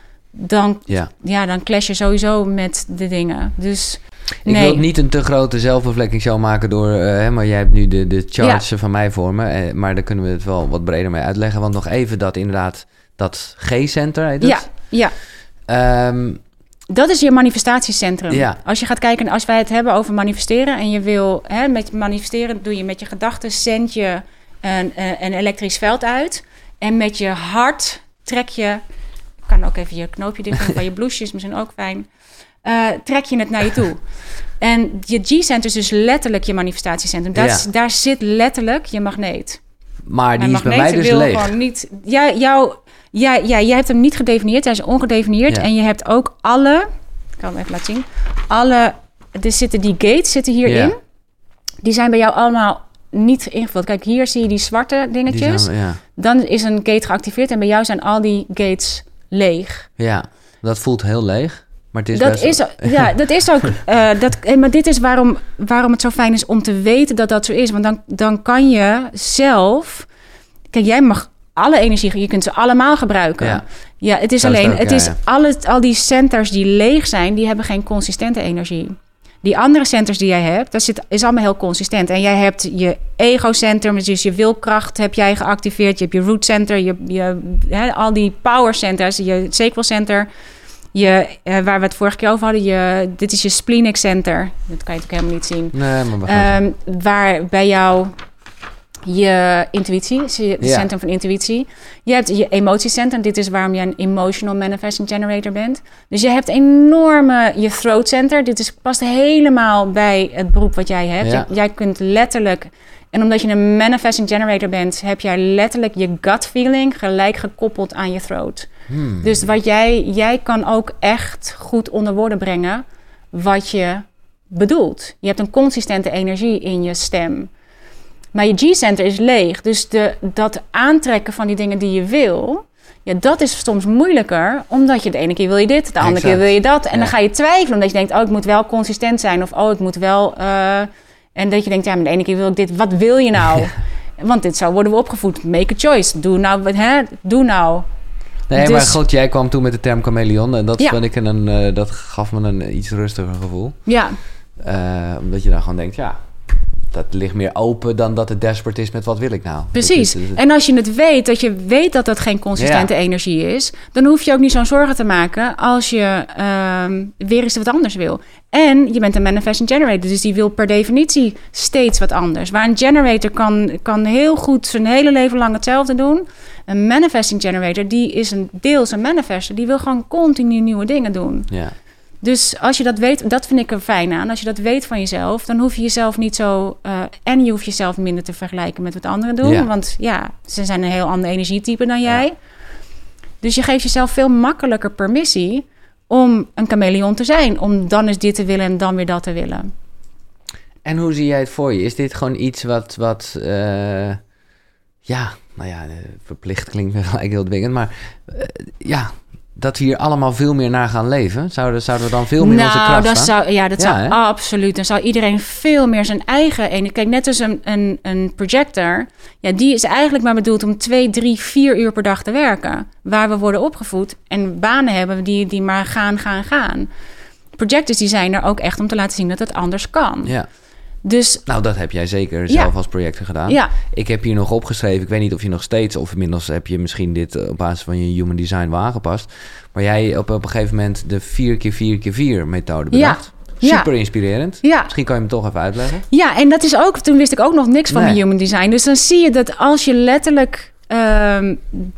dan, ja. Ja, dan clash je sowieso met de dingen. Dus... Ik nee. wil niet een te grote zelfbevlekking maken door... Uh, hè, maar jij hebt nu de, de charts ja. van mij voor me. Uh, maar daar kunnen we het wel wat breder mee uitleggen. Want nog even dat inderdaad... dat G-center heet het? Ja, ja. Um, dat is je manifestatiecentrum. Ja. Als je gaat kijken... als wij het hebben over manifesteren... en je wil... Hè, met manifesteren doe je met je gedachten... zend je een, een elektrisch veld uit. En met je hart trek je... Ik kan ook even je knoopje dicht doen... van je blouseje is misschien ook fijn... Uh, trek je het naar je toe. En je G-center is dus letterlijk je manifestatiecentrum. Dat is, ja. Daar zit letterlijk je magneet. Maar die is bij mij dus leeg. Gewoon niet, ja, jou, ja, ja, jij hebt hem niet gedefinieerd. Hij is ongedefinieerd. Ja. En je hebt ook alle... Ik kan hem even laten zien. Alle... Er zitten die gates zitten hierin. Ja. Die zijn bij jou allemaal niet ingevuld. Kijk, hier zie je die zwarte dingetjes. Die zijn, ja. Dan is een gate geactiveerd. En bij jou zijn al die gates leeg. Ja, dat voelt heel leeg. Maar het is dat is, ja, dat is ook. Uh, dat, maar dit is waarom, waarom het zo fijn is om te weten dat dat zo is. Want dan, dan kan je zelf. Kijk, jij mag alle energie, je kunt ze allemaal gebruiken. Ja, ja het is zo alleen. Is het, ook, het ja, is ja. Alle, al die centers die leeg zijn, die hebben geen consistente energie. Die andere centers die jij hebt, dat zit, is allemaal heel consistent. En jij hebt je ego-center, dus je wilkracht heb jij geactiveerd. Je hebt je root center, je, je, hè, al die power centers, je sacral center. Je, uh, waar we het vorige keer over hadden, je, dit is je splenic center. Dat kan je natuurlijk helemaal niet zien. Nee, maar we gaan um, waar bij jou je intuïtie, het ja. centrum van intuïtie. Je hebt je emotiecentrum. Dit is waarom je een emotional manifesting generator bent. Dus je hebt enorme, je throat center. Dit is, past helemaal bij het beroep wat jij hebt. Ja. Je, jij kunt letterlijk... En omdat je een manifesting generator bent, heb jij letterlijk je gut feeling gelijk gekoppeld aan je throat. Hmm. Dus wat jij, jij kan ook echt goed onder woorden brengen wat je bedoelt. Je hebt een consistente energie in je stem. Maar je G-center is leeg. Dus de, dat aantrekken van die dingen die je wil, Ja, dat is soms moeilijker, omdat je de ene keer wil je dit, de andere Exact. keer wil je dat. En Ja. dan ga je twijfelen, omdat je denkt, oh, ik moet wel consistent zijn. Of, oh, ik moet wel... Uh, en dat je denkt, ja, maar de ene keer wil ik dit. Wat wil je nou? Ja. Want dit zo worden we opgevoed. Make a choice. Doe nou, hè? Doe nou. Nee, dus, maar goed, jij kwam toen met de term chameleon. En dat, ja. vond ik een, uh, dat gaf me een iets rustiger gevoel. Ja. Uh, omdat je dan gewoon denkt, ja... dat ligt meer open dan dat het desperate is met wat wil ik nou. Precies. Het, het, het... En als je het weet, dat je weet dat dat geen consistente ja. energie is... dan hoef je ook niet zo'n zorgen te maken als je um, weer eens wat anders wil. En je bent een manifesting generator, dus die wil per definitie steeds wat anders. Waar een generator kan, kan heel goed zijn hele leven lang hetzelfde doen. Een manifesting generator, die is een deels een manifester. Die wil gewoon continu nieuwe dingen doen. Ja. Dus als je dat weet, dat vind ik er fijn aan. Als je dat weet van jezelf, dan hoef je jezelf niet zo... Uh, en je hoeft jezelf minder te vergelijken met wat anderen doen. Ja. Want ja, ze zijn een heel ander energietype dan jij. Ja. Dus je geeft jezelf veel makkelijker permissie om een chameleon te zijn. Om dan eens dit te willen en dan weer dat te willen. En hoe zie jij het voor je? Is dit gewoon iets wat... wat uh, ja, nou ja, verplicht klinkt weer gelijk heel dwingend. Maar uh, ja... dat we hier allemaal veel meer naar gaan leven? Zouden, zouden we dan veel meer nou, onze kracht dat staan? Zou, ja, dat ja, zou hè? absoluut. Dan zou iedereen veel meer zijn eigen... Kijk, net als een, een, een projector... Ja, die is eigenlijk maar bedoeld om twee, drie, vier uur per dag te werken. Waar we worden opgevoed en banen hebben die, die maar gaan, gaan, gaan. Projectors die zijn er ook echt om te laten zien dat het anders kan. Ja. Dus, nou, dat heb jij zeker zelf ja. als projector gedaan. Ja. Ik heb hier nog opgeschreven, ik weet niet of je nog steeds... of inmiddels heb je misschien dit op basis van je human design wel aangepast... maar jij op, op een gegeven moment de vier keer vier keer vier methode bedacht. Ja. Super ja. inspirerend. Ja. Misschien kan je hem toch even uitleggen. Ja, en dat is ook... Toen wist ik ook nog niks van nee. mijn human design. Dus dan zie je dat als je letterlijk... Um,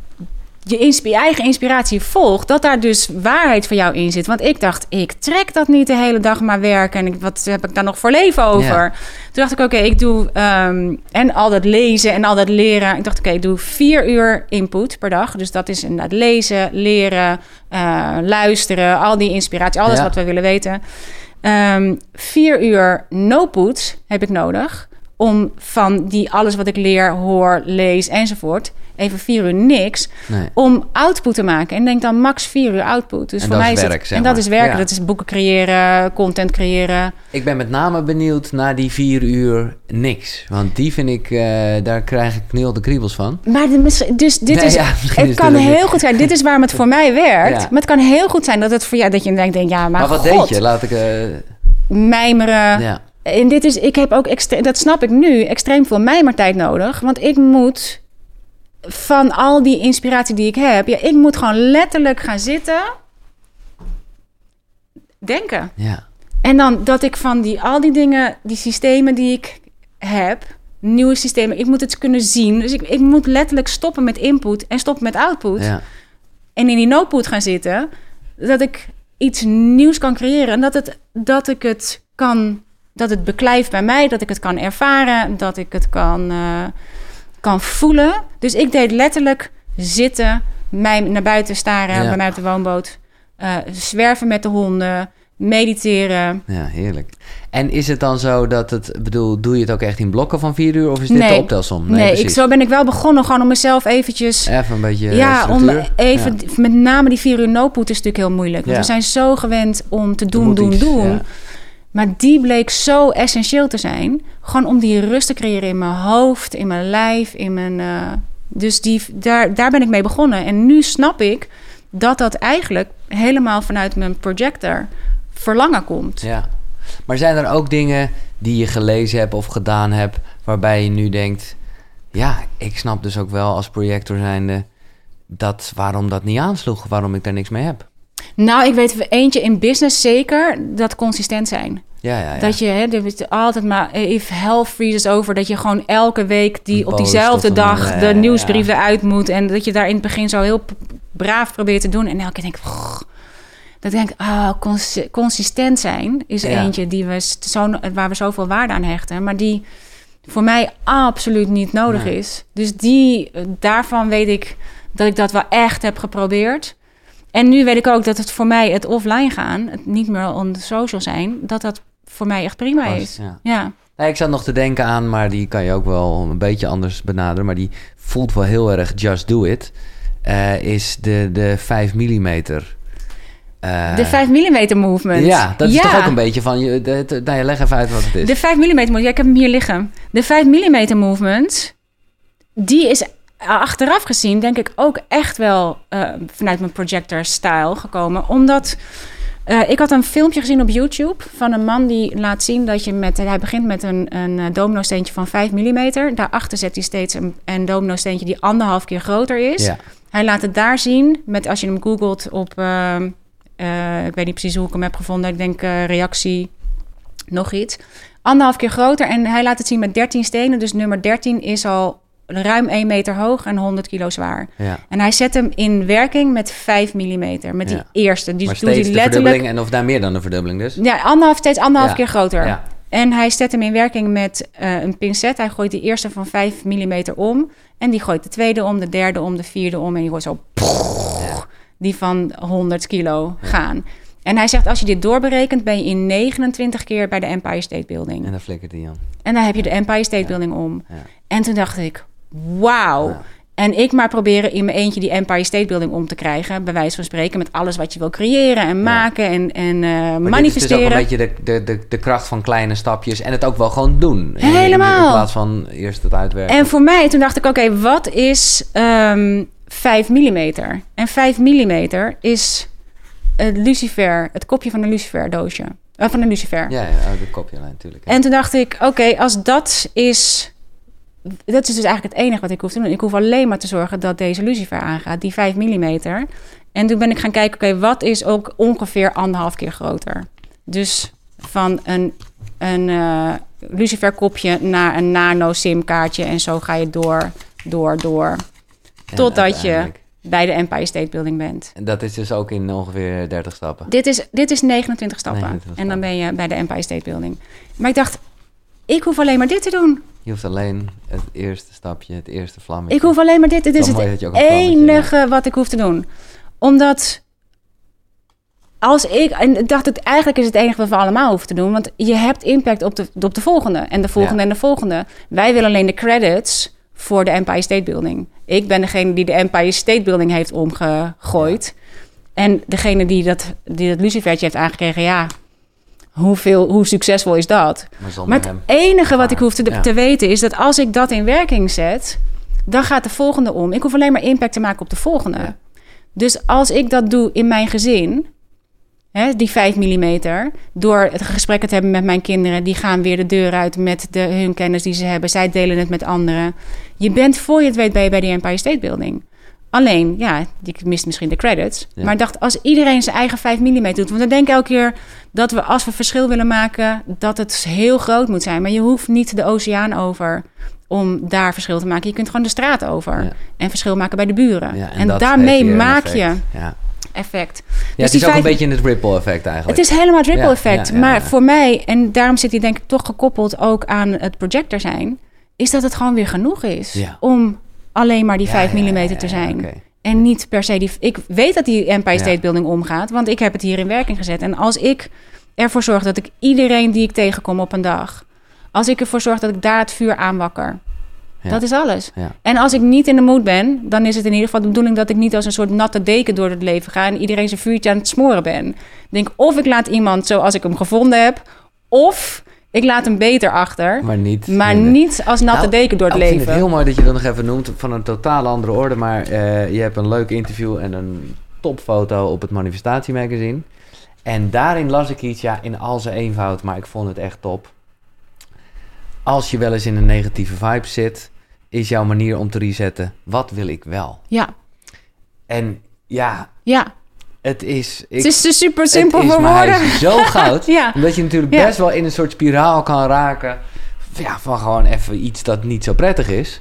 je insp- eigen inspiratie volgt, dat daar dus waarheid voor jou in zit. Want ik dacht, ik trek dat niet de hele dag maar werken. En ik, wat heb ik daar nog voor leven over? Ja. Toen dacht ik, oké, okay, ik doe... Um, en al dat lezen en al dat leren. Ik dacht, oké, okay, ik doe vier uur input per dag. Dus dat is inderdaad lezen, leren, uh, luisteren. Al die inspiratie, alles ja. wat we willen weten. Um, vier uur no-put heb ik nodig... om van die alles wat ik leer, hoor, lees enzovoort... even vier uur niks, nee. om output te maken. En denk dan max vier uur output. Dus en voor dat mij is is werk, het, zeg En maar. dat is werken. Ja. Dat is boeken creëren, content creëren. Ik ben met name benieuwd naar die vier uur niks. Want die vind ik, uh, daar krijg ik nu al de kriebels van. Maar de, dus dit nee, is, ja, het is kan heel goed zijn. Dit is waarom het voor mij werkt. Ja. Maar het kan heel goed zijn dat het voor jou, dat je denkt, ja, maar Maar wat God, deed je? Laat ik... Uh... mijmeren. Ja. En dit is, ik heb ook, extre- dat snap ik nu, extreem veel mijmertijd nodig. Want ik moet van al die inspiratie die ik heb... Ja, ik moet gewoon letterlijk gaan zitten... denken. Ja. En dan dat ik van die, al die dingen, die systemen die ik heb... nieuwe systemen, ik moet het kunnen zien. Dus ik, ik moet letterlijk stoppen met input en stoppen met output. Ja. En in die no-put gaan zitten... dat ik iets nieuws kan creëren... en dat, het, dat ik het kan... dat het beklijft bij mij, dat ik het kan ervaren... dat ik het kan... Uh, kan voelen. Dus ik deed letterlijk zitten, mij naar buiten staren, ja. bij mij op de woonboot, uh, zwerven met de honden, mediteren. Ja, heerlijk. En is het dan zo dat het, bedoel, doe je het ook echt in blokken van vier uur of is dit nee. de optelsom? Nee, nee ik, zo ben ik wel begonnen, gewoon om mezelf eventjes... Even een beetje Ja, structuur. om even, ja. met name die vier uur no-put is natuurlijk heel moeilijk. Want ja. we zijn zo gewend om te doen, doen, iets, doen. Ja. Maar die bleek zo essentieel te zijn. Gewoon om die rust te creëren in mijn hoofd, in mijn lijf, in mijn... Uh, dus die, daar, daar ben ik mee begonnen. En nu snap ik dat dat eigenlijk helemaal vanuit mijn projector verlangen komt. Ja. Maar zijn er ook dingen die je gelezen hebt of gedaan hebt... waarbij je nu denkt... ja, ik snap dus ook wel als projector zijnde... dat waarom dat niet aansloeg, waarom ik daar niks mee heb. Nou, ik weet eentje in business zeker, dat consistent zijn. Ja, ja, ja. Dat je hè, er is altijd maar, if hell freezes over, dat je gewoon elke week die op diezelfde een, dag ja, de ja, nieuwsbrief ja. eruit moet. En dat je daar in het begin zo heel braaf probeert te doen. En elke keer denk ik, oh, dat denk ik, oh, cons- consistent zijn is ja. eentje die we zo, waar we zoveel waarde aan hechten. Maar die voor mij absoluut niet nodig nee. is. Dus die, daarvan weet ik dat ik dat wel echt heb geprobeerd. En nu weet ik ook dat het voor mij het offline gaan, het niet meer on social zijn, dat dat voor mij echt prima Pas, is. Ja. Ja. Nee, ik zat nog te denken aan, maar die kan je ook wel een beetje anders benaderen, maar die voelt wel heel erg just do it. uh, is de, de vijf millimeter. Uh, de vijf millimeter movement. Ja, dat is ja. toch ook een beetje van... Je, de, de, nou, leg even uit wat het is. De vijf millimeter movement, ja, ik heb hem hier liggen. De vijf millimeter movement, die is achteraf gezien, denk ik, ook echt wel uh, vanuit mijn projector-style gekomen. Omdat uh, ik had een filmpje gezien op YouTube van een man die laat zien dat je met... Hij begint met een, een domino-steentje van vijf millimeter. Daarachter zet hij steeds een, een domino-steentje die anderhalf keer groter is. Ja. Hij laat het daar zien met, als je hem googelt op... Uh, uh, ik weet niet precies hoe ik hem heb gevonden. Ik denk uh, reactie, nog iets. Anderhalf keer groter en hij laat het zien met dertien stenen. Dus nummer dertien is al ruim één meter hoog en honderd kilo zwaar. Ja. En hij zet hem in werking met vijf millimeter. Met die ja. eerste. Die maar doet steeds hij de letterlijk... verdubbeling en of daar meer dan een verdubbeling dus? Ja, anderhalf, steeds anderhalf ja. keer groter. Ja. En hij zet hem in werking met uh, een pincet. Hij gooit die eerste van vijf millimeter om. En die gooit de tweede om, de derde om, de vierde om. En die hoort zo... Ja. Die van honderd kilo ja. gaan. En hij zegt, als je dit doorberekent, ben je in negenentwintig keer bij de Empire State Building. En dan flikkert hij aan. En dan heb je de Empire State ja. Building om. Ja. En toen dacht ik, wauw. Ja. En ik maar proberen in mijn eentje die Empire State Building om te krijgen. Bij wijze van spreken, met alles wat je wil creëren en maken ja. en, en uh, maar manifesteren. Dit is dus ook een beetje de, de, de, de kracht van kleine stapjes. En het ook wel gewoon doen. Helemaal. In, in plaats van eerst het uitwerken. En voor mij, toen dacht ik, oké, okay, wat is um, vijf millimeter? En vijf millimeter is het lucifer, het kopje van een lucifer doosje. Uh, van een lucifer. Ja, ja, dat kopje natuurlijk. Ja. En toen dacht ik, oké, okay, als dat is... Dat is dus eigenlijk het enige wat ik hoef te doen. Ik hoef alleen maar te zorgen dat deze lucifer aangaat, die vijf millimeter. En toen ben ik gaan kijken, oké, okay, wat is ook ongeveer anderhalf keer groter? Dus van een, een uh, luciferkopje naar een nano-SIM-kaartje. En zo ga je door, door, door. En totdat je bij de Empire State Building bent. En dat is dus ook in ongeveer dertig stappen? Dit is, dit is negenentwintig stappen. negenentwintig en dan ben je bij de Empire State Building. Maar ik dacht, ik hoef alleen maar dit te doen. Je hoeft alleen het eerste stapje, het eerste vlammetje. Ik hoef alleen maar dit. Dit is het enige ja. wat ik hoef te doen. Omdat als ik... En ik dacht, het, eigenlijk is het enige wat we allemaal hoeven te doen. Want je hebt impact op de, op de volgende. En de volgende ja. en de volgende. Wij willen alleen de credits voor de Empire State Building. Ik ben degene die de Empire State Building heeft omgegooid. Ja. En degene die dat, die dat lucifertje heeft aangekregen, ja... Hoeveel, hoe succesvol is dat? Maar, maar het hem. enige wat ik hoef te, ja. te weten is dat als ik dat in werking zet, dan gaat de volgende om. Ik hoef alleen maar impact te maken op de volgende. Ja. Dus als ik dat doe in mijn gezin, hè, die vijf millimeter, door het gesprek te hebben met mijn kinderen, die gaan weer de deur uit met de, hun kennis die ze hebben. Zij delen het met anderen. Je bent, voor je het weet, ben je bij die Empire State Building. Alleen, ja, je mist misschien de credits. Ja. Maar ik dacht, als iedereen zijn eigen vijf millimeter doet... want dan denk ik elke keer dat we, als we verschil willen maken... dat het heel groot moet zijn. Maar je hoeft niet de oceaan over om daar verschil te maken. Je kunt gewoon de straat over ja. en verschil maken bij de buren. Ja, en en daarmee maak je ja. effect. Ja, dus het is ook vijf... een beetje in het ripple effect eigenlijk. Het is helemaal het ripple effect. Ja, ja, ja, maar ja. voor mij, en daarom zit hij denk ik toch gekoppeld... ook aan het projector zijn... is dat het gewoon weer genoeg is ja. om... alleen maar die vijf ja, millimeter ja, ja, te zijn. Ja, okay. En niet per se die... Ik weet dat die Empire State ja. Building omgaat... want ik heb het hier in werking gezet. En als ik ervoor zorg dat ik iedereen die ik tegenkom op een dag... als ik ervoor zorg dat ik daar het vuur aanwakker... Ja. dat is alles. Ja. En als ik niet in de mood ben... dan is het in ieder geval de bedoeling... dat ik niet als een soort natte deken door het leven ga... en iedereen zijn vuurtje aan het smoren ben. Ik denk, of ik laat iemand zoals ik hem gevonden heb... of... ik laat hem beter achter, maar niet, maar niet als natte nou, deken door het nou, leven. Ik vind het heel mooi dat je dat nog even noemt van een totaal andere orde. Maar uh, je hebt een leuk interview en een topfoto op het Manifestatiemagazine. En daarin las ik iets, ja, in al zijn eenvoud, maar ik vond het echt top. Als je wel eens in een negatieve vibe zit, is jouw manier om te resetten, wat wil ik wel? Ja. En ja... Ja. Het is... Ik, het is dus super simpel voor woorden. Het is zo goud. ja. Omdat je natuurlijk ja. best wel in een soort spiraal kan raken. Ja, van gewoon even iets dat niet zo prettig is.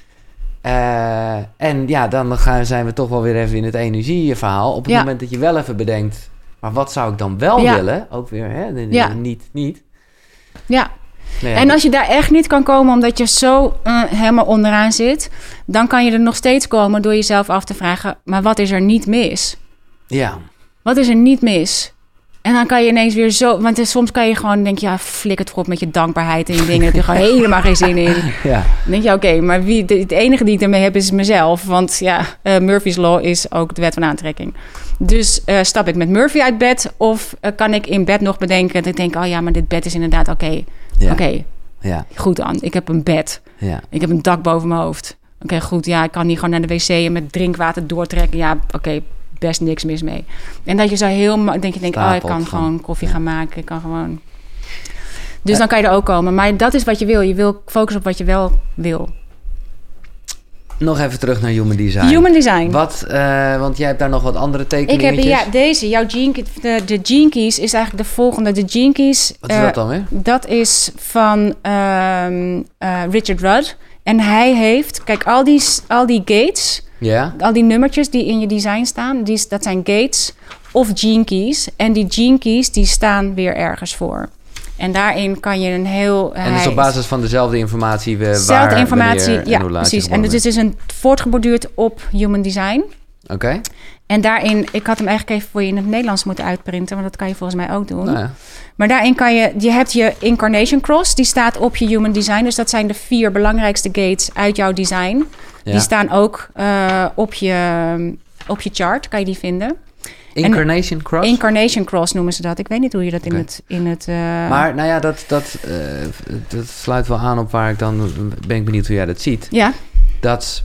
Uh, en ja, dan gaan, zijn we toch wel weer even in het energieverhaal. Op het ja. moment dat je wel even bedenkt... maar wat zou ik dan wel ja. willen? Ook weer, hè? De, de, ja. Niet, niet. Ja. Nou ja, en als je daar echt niet kan komen omdat je zo uh, helemaal onderaan zit... dan kan je er nog steeds komen door jezelf af te vragen... maar wat is er niet mis? Ja. Wat is er niet mis? En dan kan je ineens weer zo... Want soms kan je gewoon denken... Ja, flik het op met je dankbaarheid en je dingen. Daar heb je gewoon helemaal geen zin in. Ja. Dan denk je, oké, okay, maar wie, de, het enige die ik ermee heb is mezelf. Want ja, uh, Murphy's Law is ook de wet van aantrekking. Dus uh, stap ik met Murphy uit bed? Of uh, kan ik in bed nog bedenken... dat ik denk, oh ja, maar dit bed is inderdaad oké. Okay. Ja. Oké, okay. ja. Goed dan. Ik heb een bed. Ja. Ik heb een dak boven mijn hoofd. Oké, okay, goed. Ja, ik kan niet gewoon naar de wc en met drinkwater doortrekken. Ja, oké. Okay. Best niks mis mee. En dat je zo heel... denk je, denk, oh, ik kan gewoon koffie ja. gaan maken. Ik kan gewoon... Dus uh, dan kan je er ook komen. Maar dat is wat je wil. Je wil focussen op wat je wel wil. Nog even terug naar Human Design. Human Design. Wat, uh, want jij hebt daar nog wat andere tekeningen. Ik heb, ja, deze. Jouw gene, de, de Gene Keys is eigenlijk de volgende. De Gene Keys... Wat is uh, dat dan weer? Dat is van um, uh, Richard Rudd. En hij heeft... Kijk, al die, al die gates... Ja. Al die nummertjes die in je design staan, die, dat zijn gates of gene keys. En die gene keys die staan weer ergens voor. En daarin kan je een heel... En dus op basis van dezelfde informatie... We, dezelfde waar, informatie, wanneer, ja, en hoe laat precies. En het is dus een voortgeborduurd op Human Design. Oké. Okay. En daarin... Ik had hem eigenlijk even voor je in het Nederlands moeten uitprinten... want dat kan je volgens mij ook doen. Nou ja. Maar daarin kan je... Je hebt je Incarnation Cross, die staat op je Human Design. Dus dat zijn de vier belangrijkste gates uit jouw design... Ja. Die staan ook uh, op, je, op je chart, kan je die vinden. Incarnation en, Cross? Incarnation Cross noemen ze dat. Ik weet niet hoe je dat in okay. het... In het uh... Maar nou ja, dat, dat, uh, dat sluit wel aan op waar ik dan... Ben ik benieuwd hoe jij dat ziet. Ja. Dat...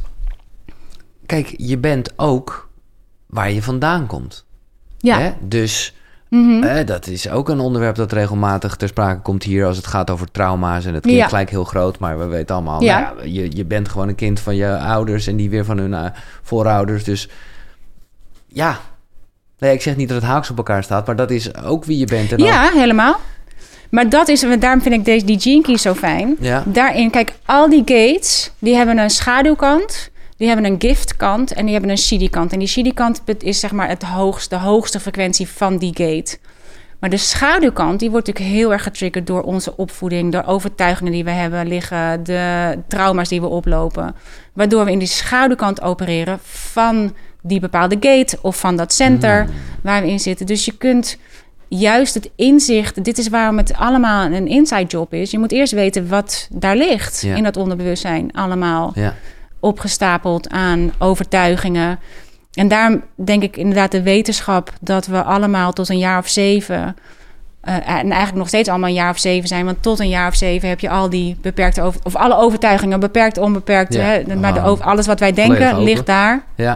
Kijk, je bent ook waar je vandaan komt. Ja. Hè? Dus... Mm-hmm. Eh, dat is ook een onderwerp dat regelmatig ter sprake komt hier... als het gaat over trauma's. En het klinkt ja. gelijk heel groot, maar we weten allemaal... Ja. Nou ja, je, je bent gewoon een kind van je ouders... en die weer van hun uh, voorouders. Dus ja, nee, ik zeg niet dat het haaks op elkaar staat... maar dat is ook wie je bent. En ja, ook... helemaal. Maar dat is, daarom vind ik deze, die Gene Keys zo fijn. Ja. Daarin, kijk, al die gates... die hebben een schaduwkant... Die hebben een giftkant en die hebben een shidi-kant. En die shidi-kant is zeg maar het hoogste, de hoogste frequentie van die gate. Maar de schaduwkant, die wordt natuurlijk heel erg getriggerd... door onze opvoeding, de overtuigingen die we hebben liggen... de trauma's die we oplopen. Waardoor we in die schaduwkant opereren van die bepaalde gate... of van dat center mm. waar we in zitten. Dus je kunt juist het inzicht... dit is waarom het allemaal een inside job is. Je moet eerst weten wat daar ligt ja. in dat onderbewustzijn allemaal... Ja. opgestapeld aan overtuigingen. En daarom denk ik inderdaad de wetenschap... dat we allemaal tot een jaar of zeven... Uh, en eigenlijk nog steeds allemaal een jaar of zeven zijn... want tot een jaar of zeven heb je al die beperkte... Over, of alle overtuigingen, beperkt, onbeperkt... Ja. Hè, maar de over, alles wat wij denken ligt daar. Ja.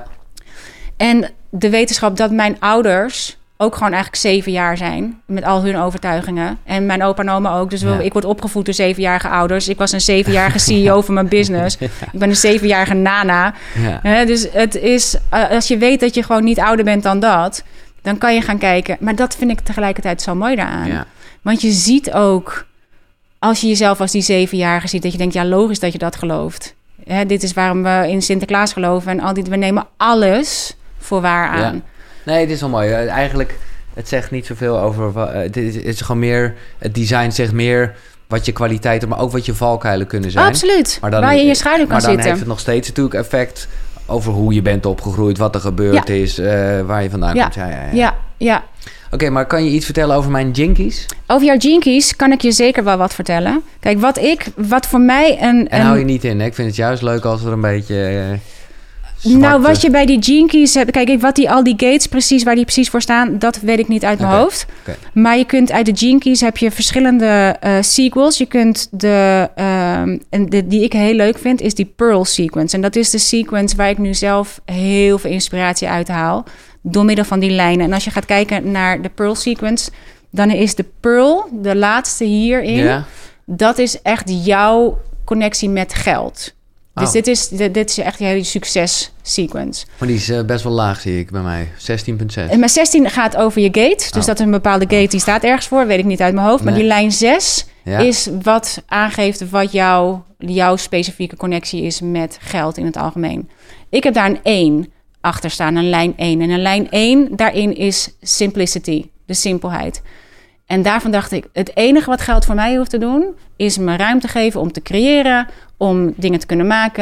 En de wetenschap dat mijn ouders... ook gewoon eigenlijk zeven jaar zijn... met al hun overtuigingen. En mijn opa en oma ook. Dus ja. ik word opgevoed door zevenjarige ouders. Ik was een zevenjarige C E O van mijn business. Ja. Ik ben een zevenjarige nana. Ja. He, dus het is... als je weet dat je gewoon niet ouder bent dan dat... dan kan je gaan kijken. Maar dat vind ik tegelijkertijd zo mooi daaraan. Ja. Want je ziet ook... als je jezelf als die zevenjarige ziet... dat je denkt, ja, logisch dat je dat gelooft. He, dit is waarom we in Sinterklaas geloven. En al die, we nemen alles voor waar aan. Ja. Nee, het is wel mooi. Eigenlijk, het zegt niet zoveel over... Het is, het is gewoon meer... Het design zegt meer wat je kwaliteiten... maar ook wat je valkuilen kunnen zijn. Absoluut. Maar dan, waar je in je schaduw kan maar zitten. Maar dan heeft het nog steeds natuurlijk effect... over hoe je bent opgegroeid... wat er gebeurd ja. is, uh, waar je vandaan ja. komt. Ja, ja, ja. ja, ja. Oké, okay, maar kan je iets vertellen over mijn Gene Keys? Over jouw Gene Keys kan ik je zeker wel wat vertellen. Kijk, wat ik... Wat voor mij een... En een... hou je niet in, hè? Ik vind het juist leuk als er een beetje... Uh, Zwarte. Nou, wat je bij die Gene Keys hebt... Kijk, wat die, al die gates precies, waar die precies voor staan... dat weet ik niet uit mijn okay. hoofd. Okay. Maar je kunt uit de Gene Keys heb je verschillende uh, sequels. Je kunt de... Um, en de, die ik heel leuk vind, is die Pearl sequence. En dat is de sequence waar ik nu zelf heel veel inspiratie uit haal... door middel van die lijnen. En als je gaat kijken naar de Pearl sequence... dan is de Pearl, de laatste hierin... Yeah. dat is echt jouw connectie met geld... Dus oh. dit, is, dit, dit is echt een hele succes sequence. Maar die is uh, best wel laag, zie ik bij mij. zestien komma zes. En mijn zestien gaat over je gate. Dus oh. dat is een bepaalde gate, die staat ergens voor. Weet ik niet uit mijn hoofd. Nee. Maar die lijn zes ja. is wat aangeeft... wat jouw, jouw specifieke connectie is met geld in het algemeen. Ik heb daar een één achter staan, een lijn één. En een lijn één, daarin is simplicity, de simpelheid. En daarvan dacht ik, het enige wat geld voor mij hoeft te doen... is me ruimte geven om te creëren... om dingen te kunnen maken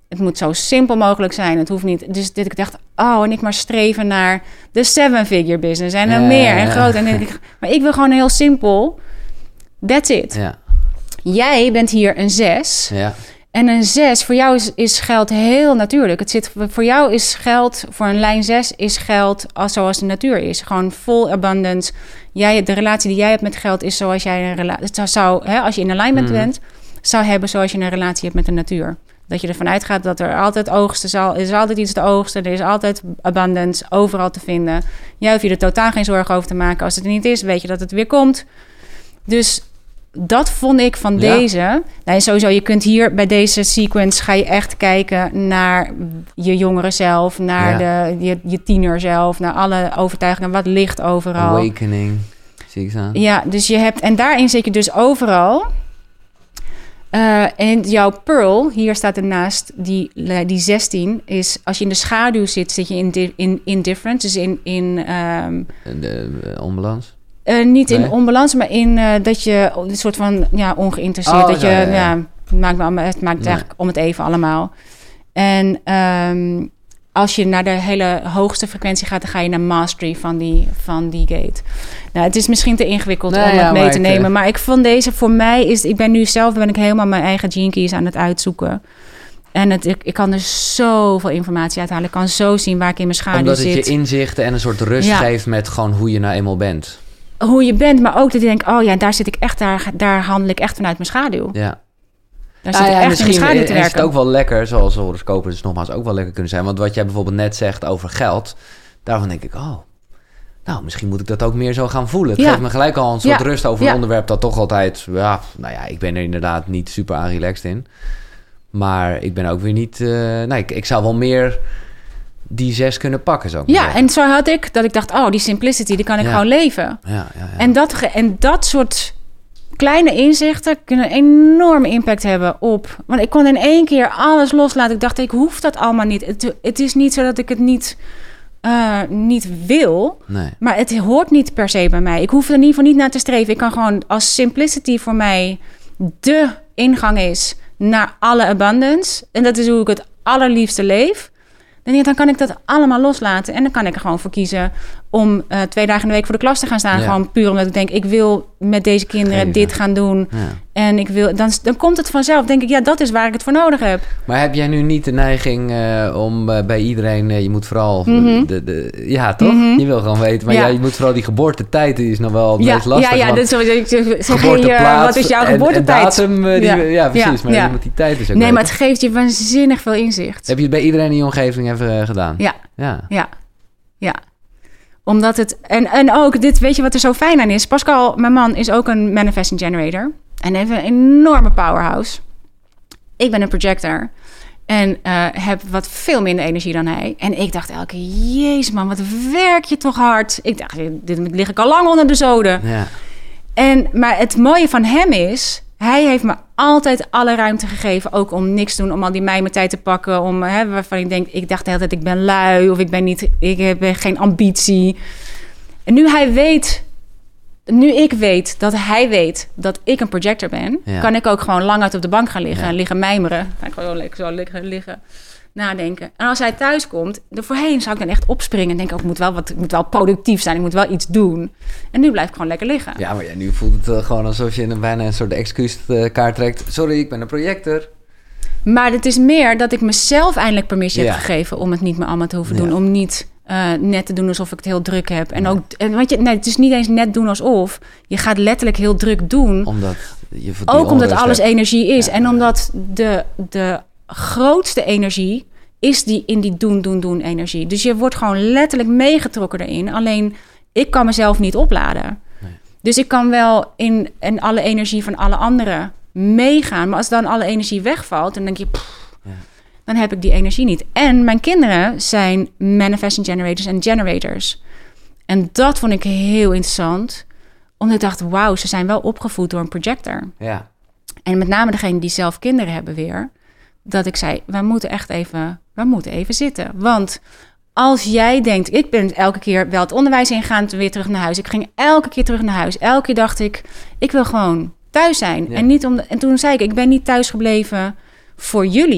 Het moet zo simpel mogelijk zijn. Het hoeft niet. Dus dit, ik dacht, oh, en ik maar streven naar de seven-figure business. En dan ja, meer ja, en ja. groot. En dan denk ik, maar ik wil gewoon heel simpel. That's it. Ja. Jij bent hier een zes. Ja. En een zes, voor jou is, is geld heel natuurlijk. Het zit, voor jou is geld, voor een lijn zes is geld als, zoals de natuur is. Gewoon full abundance. Jij, de relatie die jij hebt met geld is zoals jij een relatie zou, hè, als je in alignment mm. bent, zou hebben zoals je een relatie hebt met de natuur. Dat je ervan uitgaat dat er altijd oogsten zal. Er is altijd iets te oogsten. Er is altijd abundance overal te vinden. Jij hoeft je er totaal geen zorgen over te maken. Als het er niet is, weet je dat het weer komt. Dus dat vond ik van ja. deze. Nou, sowieso, je kunt hier bij deze sequence ga je echt kijken naar je jongere zelf, naar ja. de, je, je tiener zelf, naar alle overtuigingen. Wat ligt overal. Awakening. Zie ik staan. Ja, dus je hebt, en daarin zit je dus overal. Uh, en jouw pearl, hier staat ernaast, die, die zestien, is als je in de schaduw zit, zit je in, di- in indifference, dus in... in um, de, de onbalans? Uh, niet nee. in onbalans, maar in uh, dat je een soort van ja, ongeïnteresseerd, oh, dat je, ja, ja, ja. ja, het maakt, me allemaal, het maakt nee. eigenlijk om het even allemaal. En um, als je naar de hele hoogste frequentie gaat, dan ga je naar mastery van die, van die gate. Nou, het is misschien te ingewikkeld nee, om ja, het mee maar te ik, nemen. Uh... Maar ik vond deze voor mij is... Ik ben nu zelf ben ik helemaal mijn eigen gene keys aan het uitzoeken. En het, ik, ik kan er zoveel informatie uithalen. Ik kan zo zien waar ik in mijn schaduw Omdat zit. Omdat het je inzichten en een soort rust ja. geeft met gewoon hoe je nou eenmaal bent. Hoe je bent, maar ook dat je denkt... Oh ja, daar zit ik echt, daar, daar handel ik echt vanuit mijn schaduw. Ja. Daar zit ah, ja, ik echt in mijn schaduw te werken. Is het ook wel lekker, zoals horoscopen dus nogmaals ook wel lekker kunnen zijn. Want wat jij bijvoorbeeld net zegt over geld, daarvan denk ik, oh, nou, misschien moet ik dat ook meer zo gaan voelen. Het ja. geeft me gelijk al een soort ja. rust over ja. een onderwerp dat toch altijd, ja, nou ja, ik ben er inderdaad niet super aan relaxed in. Maar ik ben ook weer niet, uh, nee, ik, ik zou wel meer die zes kunnen pakken, zou ik Ja, zeggen. en zo had ik, dat ik dacht, oh, die simplicity, die kan ik ja. gewoon leven. Ja, ja, ja. En, dat, en dat soort kleine inzichten kunnen een enorme impact hebben op... Want ik kon in één keer alles loslaten. Ik dacht, ik hoef dat allemaal niet. Het, het is niet zo dat ik het niet, uh, niet wil. Nee. Maar het hoort niet per se bij mij. Ik hoef er in ieder geval niet naar te streven. Ik kan gewoon, als simplicity voor mij de ingang is naar alle abundance... en dat is hoe ik het allerliefste leef... dan kan ik dat allemaal loslaten. En dan kan ik er gewoon voor kiezen om uh, twee dagen in de week voor de klas te gaan staan. Ja. Gewoon puur omdat ik denk, ik wil met deze kinderen Geven. dit gaan doen. Ja. En ik wil, dan, dan komt het vanzelf. Denk ik, ja, dat is waar ik het voor nodig heb. Maar heb jij nu niet de neiging uh, om uh, bij iedereen... Uh, je moet vooral... Mm-hmm. De, de, ja, toch? Mm-hmm. Je wil gewoon weten. Maar ja. Ja, je moet vooral die geboortetijd, die is nog wel het ja, meest lastig. Ja, ja, dat is ik zeg, hey, wat is jouw en, geboortetijd? En datum, uh, die, ja. ja, precies. Ja, maar ja. je moet die tijd dus ook Nee, weten. maar het geeft je waanzinnig veel inzicht. Heb je het bij iedereen in je omgeving even uh, gedaan? Ja. Ja. Ja. Ja. Omdat het... En, en ook, dit, weet je wat er zo fijn aan is? Pascal, mijn man, is ook een manifesting generator. En heeft een enorme powerhouse. Ik ben een projector. En uh, heb wat veel minder energie dan hij. En ik dacht elke keer, jezus man, wat werk je toch hard. Ik dacht, dit lig ik al lang onder de zoden. Ja. En, maar het mooie van hem is... Hij heeft me altijd alle ruimte gegeven, ook om niks te doen, om al die mijmertijd te pakken, om hè, waarvan ik denk, ik dacht de hele tijd, ik ben lui of ik ben niet, ik heb geen ambitie. En nu hij weet, nu ik weet dat hij weet dat ik een projector ben, ja. kan ik ook gewoon lang uit op de bank gaan liggen ja. en liggen mijmeren. Ga ik gewoon lekker zo liggen, liggen, nadenken. En als hij thuis komt, er voorheen zou ik dan echt opspringen en denken, oh, ik moet wel wat, ik moet wel productief zijn, ik moet wel iets doen. En nu blijf ik gewoon lekker liggen. Ja, maar ja, nu voelt het uh, gewoon alsof je een, bijna een soort excuuskaart trekt. Sorry, ik ben een projector. Maar het is meer dat ik mezelf eindelijk permissie ja. heb gegeven om het niet meer allemaal te hoeven doen. Ja. Om niet uh, net te doen alsof ik het heel druk heb. En ook, en want je, nee, het is niet eens net doen alsof. Je gaat letterlijk heel druk doen. Omdat je ook omdat alles hebt. energie is. Ja, en ja. omdat de, de grootste energie is die in die doen, doen, doen energie. Dus je wordt gewoon letterlijk meegetrokken erin. Alleen ik kan mezelf niet opladen. Nee. Dus ik kan wel in, in alle energie van alle anderen meegaan. Maar als dan alle energie wegvalt, dan denk je, pff, ja. dan heb ik die energie niet. En mijn kinderen zijn manifesting generators en generators. En dat vond ik heel interessant. Omdat ik dacht, wauw, ze zijn wel opgevoed door een projector. Ja. En met name degene die zelf kinderen hebben weer. Dat ik zei, we moeten echt even, we moeten even zitten. Want als jij denkt, ik ben elke keer wel het onderwijs ingaan, weer terug naar huis. Ik ging elke keer terug naar huis. Elke keer dacht ik, ik wil gewoon thuis zijn. Ja. En, niet om de, en toen zei ik, ik ben niet thuis gebleven voor jullie.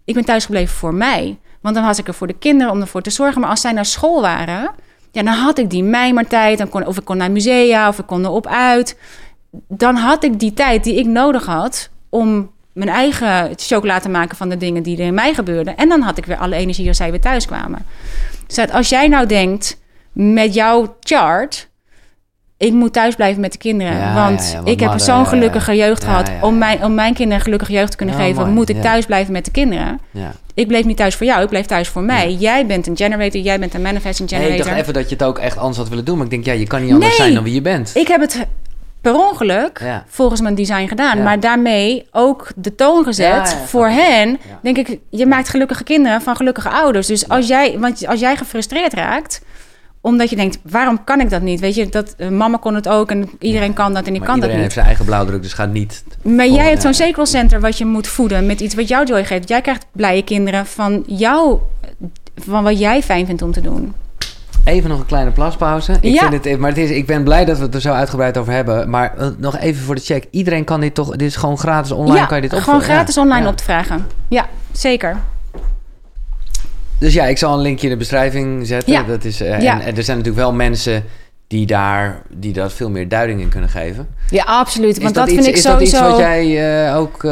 ik ben thuisgebleven voor mij. Want dan was ik er voor de kinderen om ervoor te zorgen. Maar als zij naar school waren, ja, dan had ik die mijmertijd. Dan kon, of ik kon naar musea, of ik kon erop uit. Dan had ik die tijd die ik nodig had om mijn eigen chocola te maken van de dingen die er in mij gebeurden. En dan had ik weer alle energie als zij weer thuis kwamen. Dus dat als jij nou denkt, met jouw chart, ik moet thuis blijven met de kinderen. Ja, want ja, ja, ik heb maar, zo'n uh, gelukkige jeugd ja, gehad. ja, ja. Om, mijn, om mijn kinderen een gelukkige jeugd te kunnen Ja, geven, mooi, moet ik ja. thuis blijven met de kinderen. Ja. Ik bleef niet thuis voor jou, ik bleef thuis voor mij. Ja. Jij bent een generator, jij bent een manifesting Nee, generator. ik dacht even dat je het ook echt anders had willen doen. Maar ik denk, ja, je kan niet anders Nee. zijn dan wie je bent. Ik heb het per ongeluk Ja. volgens mijn design gedaan. Ja. Maar daarmee ook de toon gezet Ja, ja, voor snap ik. hen. Ja. Denk ik, je maakt gelukkige kinderen van gelukkige ouders. Dus als jij, want als jij gefrustreerd raakt, omdat je denkt, waarom kan ik dat niet? Weet je, dat uh, mama kon het ook en iedereen kan dat en ik Maar kan dat iedereen niet. heeft zijn eigen blauwdruk, dus gaat niet... Maar Vol- jij hebt ja. zo'n sequelcenter wat je moet voeden met iets wat jou joy geeft. Jij krijgt blije kinderen van jou, van wat jij fijn vindt om te doen. Even nog een kleine plaspauze. Ik Ja. vind het, maar het is, ik ben blij dat we het er zo uitgebreid over hebben. Maar uh, nog even voor de check. Iedereen kan dit toch... Dit is gewoon gratis online. Ja, kan je dit gewoon opvragen? gratis Ja. online Ja. op te vragen. Ja, zeker. Dus ja, ik zal een linkje in de beschrijving zetten. Ja. Dat is, uh, Ja. en, en er zijn natuurlijk wel mensen die daar die dat veel meer duiding in kunnen geven. Ja, absoluut. Is Want dat, dat, iets, vind ik is sowieso... dat iets wat jij uh, ook... Uh,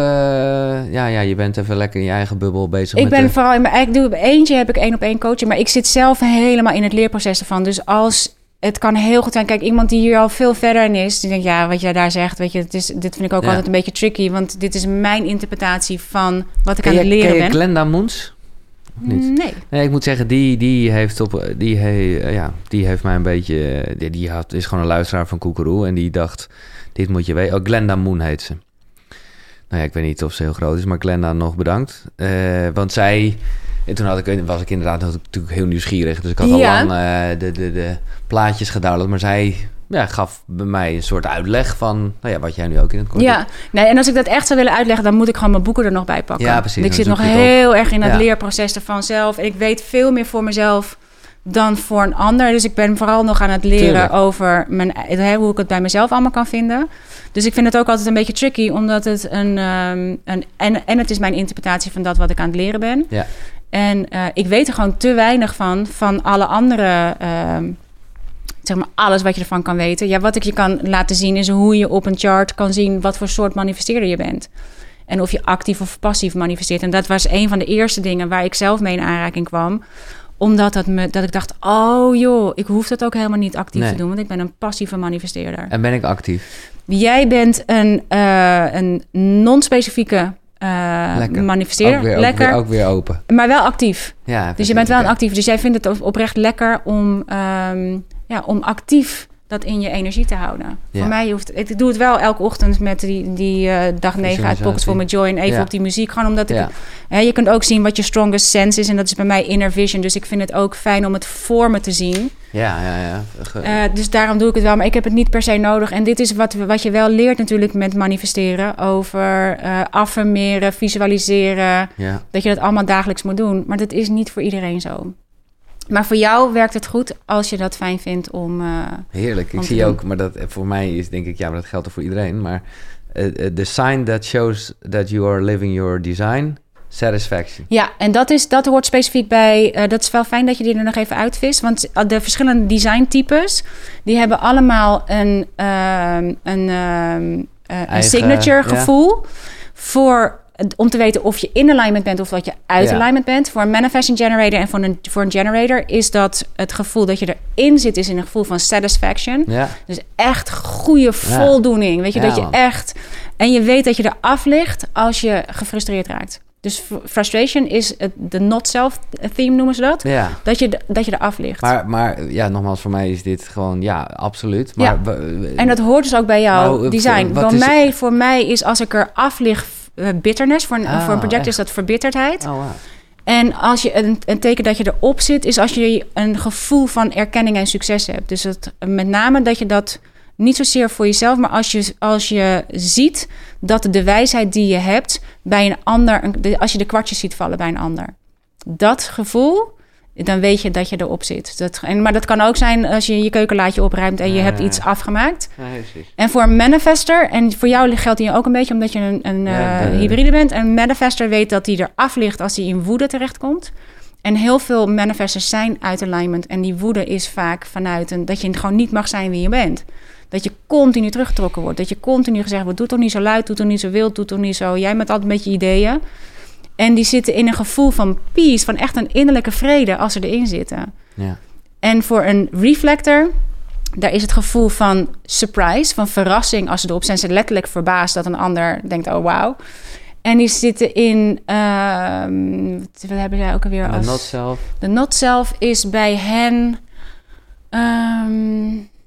ja, ja, je bent even lekker in je eigen bubbel bezig Ik met... ben de, vooral in mijn eigen... Doe eentje heb ik één op één coaching, maar ik zit zelf helemaal in het leerproces ervan. Dus als... Het kan heel goed zijn. Kijk, iemand die hier al veel verder in is, die denkt, ja, wat jij daar zegt, weet je, het is, dit vind ik ook Ja. altijd een beetje tricky, want dit is mijn interpretatie van wat ik ken aan je, het leren ken je ben. Glenda Moens? Of niet? Nee. Nee, ik moet zeggen, die, die heeft op, die, he, ja, die heeft mij een beetje, die, die had, is gewoon een luisteraar van Koekeroe en die dacht, dit moet je weten. Oh, Glenda Moon heet ze. Nou ja, ik weet niet of ze heel groot is, maar Glenda nog bedankt. Uh, want zij, en toen had ik, was ik inderdaad natuurlijk heel nieuwsgierig, dus ik had al Ja. lang uh, de, de, de plaatjes gedownload, maar zij ja, gaf bij mij een soort uitleg van, nou ja, wat jij nu ook in het kort Ja, doet. nee, en als ik dat echt zou willen uitleggen, dan moet ik gewoon mijn boeken er nog bij pakken. Ja, precies, Want ik dan zit nog zoek je het op. heel erg in het Ja. leerproces ervan zelf. En ik weet veel meer voor mezelf dan voor een ander. Dus ik ben vooral nog aan het leren Tuurlijk. over mijn, hè, hoe ik het bij mezelf allemaal kan vinden. Dus ik vind het ook altijd een beetje tricky, omdat het een... Um, een en, en het is mijn interpretatie van dat wat ik aan het leren ben. Ja. En uh, ik weet er gewoon te weinig van, van alle andere... Um, zeg maar alles wat je ervan kan weten. Ja, wat ik je kan laten zien is hoe je op een chart kan zien wat voor soort manifesteerder je bent. En of je actief of passief manifesteert. En dat was een van de eerste dingen waar ik zelf mee in aanraking kwam. Omdat dat, me, dat ik dacht, oh joh, ik hoef dat ook helemaal niet actief Nee. te doen. Want ik ben een passieve manifesteerder. En ben ik actief? Jij bent een, uh, een non-specifieke uh, Lekker. manifesteerder. Ook weer, Lekker, Ook weer, ook weer open. maar wel actief. Ja, Dus je bent wel een oké. actief. Dus jij vindt het oprecht lekker om, um, ja, om actief dat in je energie te houden. Ja. Voor mij hoeft... Ik doe het wel elke ochtend met die, die uh, dag negen uit Pockets for My Joy. En even Ja. op die muziek. Gewoon omdat ik... Ja. Hè, je kunt ook zien wat je strongest sense is. En dat is bij mij inner vision. Dus ik vind het ook fijn om het voor me te zien. Ja, ja, ja. Ge- Uh, dus daarom doe ik het wel. Maar ik heb het niet per se nodig. En dit is wat, wat je wel leert natuurlijk met manifesteren. Over uh, affirmeren, visualiseren. ja. Dat je dat allemaal dagelijks moet doen. Maar dat is niet voor iedereen zo. Maar voor jou werkt het goed als je dat fijn vindt om... Uh, Heerlijk. Ik om te zie doen. ook, maar dat voor mij is denk ik, ja, maar dat geldt er voor iedereen. Maar uh, uh, the sign that shows that you are living your design, satisfaction. Ja, en dat, is, dat hoort specifiek bij... Uh, dat is wel fijn dat je die er nog even uitvist. Want de verschillende designtypes... die hebben allemaal een, uh, een, uh, uh, een Eigen, signature ja. gevoel... voor... om te weten of je in alignment bent of dat je uit Ja. alignment bent. Voor een manifesting generator en voor een, voor een generator... is dat het gevoel dat je erin zit... is in een gevoel van satisfaction. Ja. Dus echt goede voldoening. Weet je, Ja, dat je man. echt... En je weet dat je eraf ligt als je gefrustreerd raakt. Dus fr- frustration is het, de not-self theme, noemen ze dat. Ja. Dat je, dat je eraf ligt. Maar, maar ja, nogmaals, voor mij is dit gewoon, ja, absoluut. Maar, Ja. we- we- En dat hoort dus ook bij jouw Nou, design. wat Voor is- mij, voor mij is als ik eraf lig... Uh, bitterness. Voor een, Oh, voor een project echt? is dat verbitterdheid. Oh, wow. En als je een, een teken dat je erop zit... is als je een gevoel van erkenning en succes hebt. Dus het, met name dat je dat... niet zozeer voor jezelf, maar als je, als je ziet dat de wijsheid die je hebt bij een ander, een- de- als je de kwartjes ziet vallen bij een ander. Dat gevoel dan weet je dat je erop zit. Dat, en, maar dat kan ook zijn als je je keukenlaadje opruimt en je Ja, hebt ja. iets afgemaakt. Ja, precies. En voor een manifester, en voor jou geldt die ook een beetje omdat je een, een Ja, uh, de- hybride bent. Een manifester weet dat die eraf ligt als hij in woede terechtkomt. En heel veel manifestors zijn uit alignment. En die woede is vaak vanuit een, dat je gewoon niet mag zijn wie je bent. Dat je continu teruggetrokken wordt. Dat je continu gezegd wordt, doe toch niet zo luid, doe toch niet zo wild, doe toch niet zo. Jij met altijd met je ideeën. En die zitten in een gevoel van peace, van echt een innerlijke vrede als ze erin zitten. Ja. En voor een reflector, daar is het gevoel van surprise, van verrassing. Als ze erop zijn, ze letterlijk verbaasd dat een ander denkt, oh wauw. En die zitten in, um, wat hebben zij ook alweer De als... not self. De not self is bij hen... Um,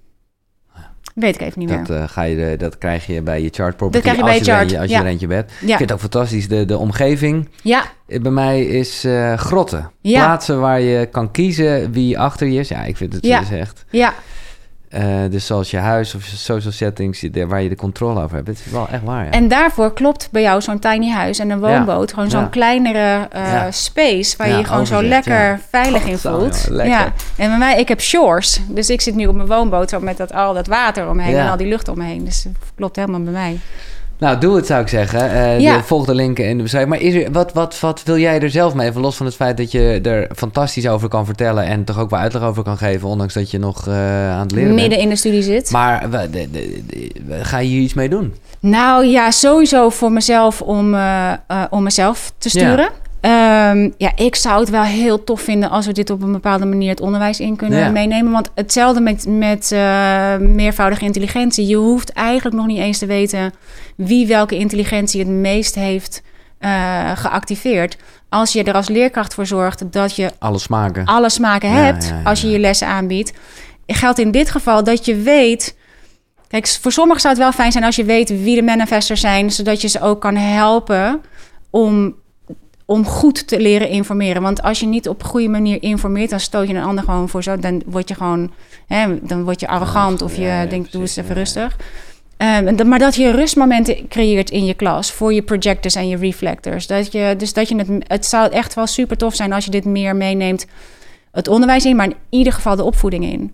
weet ik even niet Dat, meer. uh, ga je de, dat krijg je bij je chart property. Dat krijg je bij als je er chart, een- Als ja. je er eentje bent. Ja. Ik vind het ook fantastisch. De, de omgeving Ja, eh, bij mij is uh, grotten. Ja. Plaatsen waar je kan kiezen wie achter je is. Ja, ik vind het Ja. is echt... ja. Uh, dus zoals je huis of social settings de- waar je de controle over hebt. Het is wel echt waar, ja. En daarvoor klopt bij jou zo'n tiny huis en een woonboot. Ja. Gewoon zo'n Ja. kleinere uh, Ja. space waar Ja, je je gewoon zo overzicht, lekker ja. veilig in Godsamme, voelt. joh, lekker. Ja. En bij mij, ik heb shores. Dus ik zit nu op mijn woonboot zo met dat, al dat water omheen Ja. en al die lucht om me heen. Dus het klopt helemaal bij mij. Nou, doe het zou ik zeggen. Uh, Ja. de, volg de link in de beschrijving. Maar is er, wat, wat, wat wil jij er zelf mee? Even los van het feit dat je er fantastisch over kan vertellen... en toch ook wel uitleg over kan geven... ondanks dat je nog uh, aan het leren Midden bent. in de studie zit. Maar we- de, de, de- ga je hier iets mee doen? Nou ja, sowieso voor mezelf om, uh, uh, om mezelf te sturen. Ja. Um, ja, ik zou het wel heel tof vinden als we dit op een bepaalde manier het onderwijs in kunnen Ja. meenemen. Want hetzelfde met, met uh, meervoudige intelligentie. Je hoeft eigenlijk nog niet eens te weten wie welke intelligentie het meest heeft uh, geactiveerd. Als je er als leerkracht voor zorgt dat je Alle smaken. alle smaken Ja, hebt ja, ja. als je je lessen aanbiedt. Geldt in dit geval dat je weet... Kijk, voor sommigen zou het wel fijn zijn als je weet wie de manifestors zijn, zodat je ze ook kan helpen om, om goed te leren informeren. Want als je niet op een goede manier informeert, dan stoot je een ander gewoon voor zo. Dan word je gewoon, hè, dan word je arrogant of je Ja, ja, denkt, doe eens precies, even ja, rustig. Um, dat- maar dat je rustmomenten creëert in je klas voor je projectors en je reflectors. Dat je, dus dat je het, het zou echt wel super tof zijn als je dit meer meeneemt, het onderwijs in, maar in ieder geval de opvoeding in.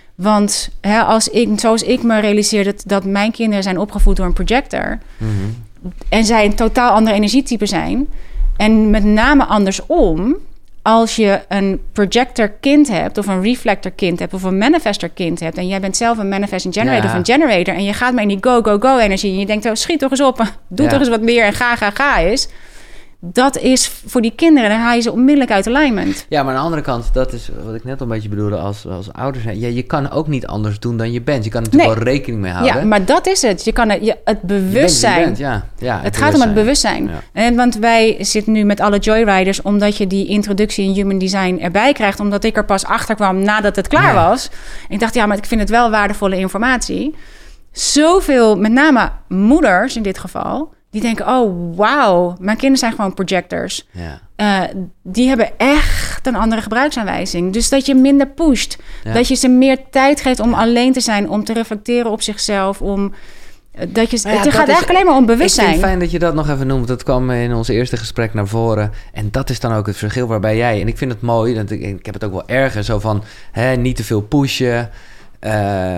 Want hè, als ik, zoals ik me realiseer dat, dat mijn kinderen zijn opgevoed door een projector Mm-hmm. en zij een totaal ander energietype zijn, en met name andersom, als je een projector kind hebt of een reflector kind hebt of een manifestor kind hebt en jij bent zelf een manifesting generator Ja. of een generator en je gaat maar in die go, go, go energie en je denkt, oh, schiet toch eens op, doe Ja. toch eens wat meer en ga, ga, ga is. Dat is voor die kinderen, dan haal je ze onmiddellijk uit alignment. Ja, maar aan de andere kant, dat is wat ik net al een beetje bedoelde als, als ouders. Ja, je kan ook niet anders doen dan je bent. Je kan er natuurlijk Nee. wel rekening mee houden. Ja, maar dat is het. Je kan het, je, het Je bent wie je bewustzijn. bent, ja. Ja, Het gaat om het bewustzijn. Ja. En want wij zitten nu met alle Joyriders, omdat je die introductie in Human Design erbij krijgt, omdat ik er pas achter kwam nadat het klaar Ja. was. Ik dacht, ja, maar ik vind het wel waardevolle informatie. Zoveel, met name moeders in dit geval, die denken, oh wauw, mijn kinderen zijn gewoon projectors. Ja. Uh, die hebben echt een andere gebruiksaanwijzing. Dus dat je minder pusht. Ja. Dat je ze meer tijd geeft om alleen te zijn, om te reflecteren op zichzelf, om dat je, Nou ja, het dat gaat is- eigenlijk alleen maar om Ik bewustzijn. vind het fijn dat je dat nog even noemt. Dat kwam in ons eerste gesprek naar voren. En dat is dan ook het verschil waarbij jij... En ik vind het mooi, dat ik, ik heb het ook wel erger. Zo van, hè, niet te veel pushen. Uh,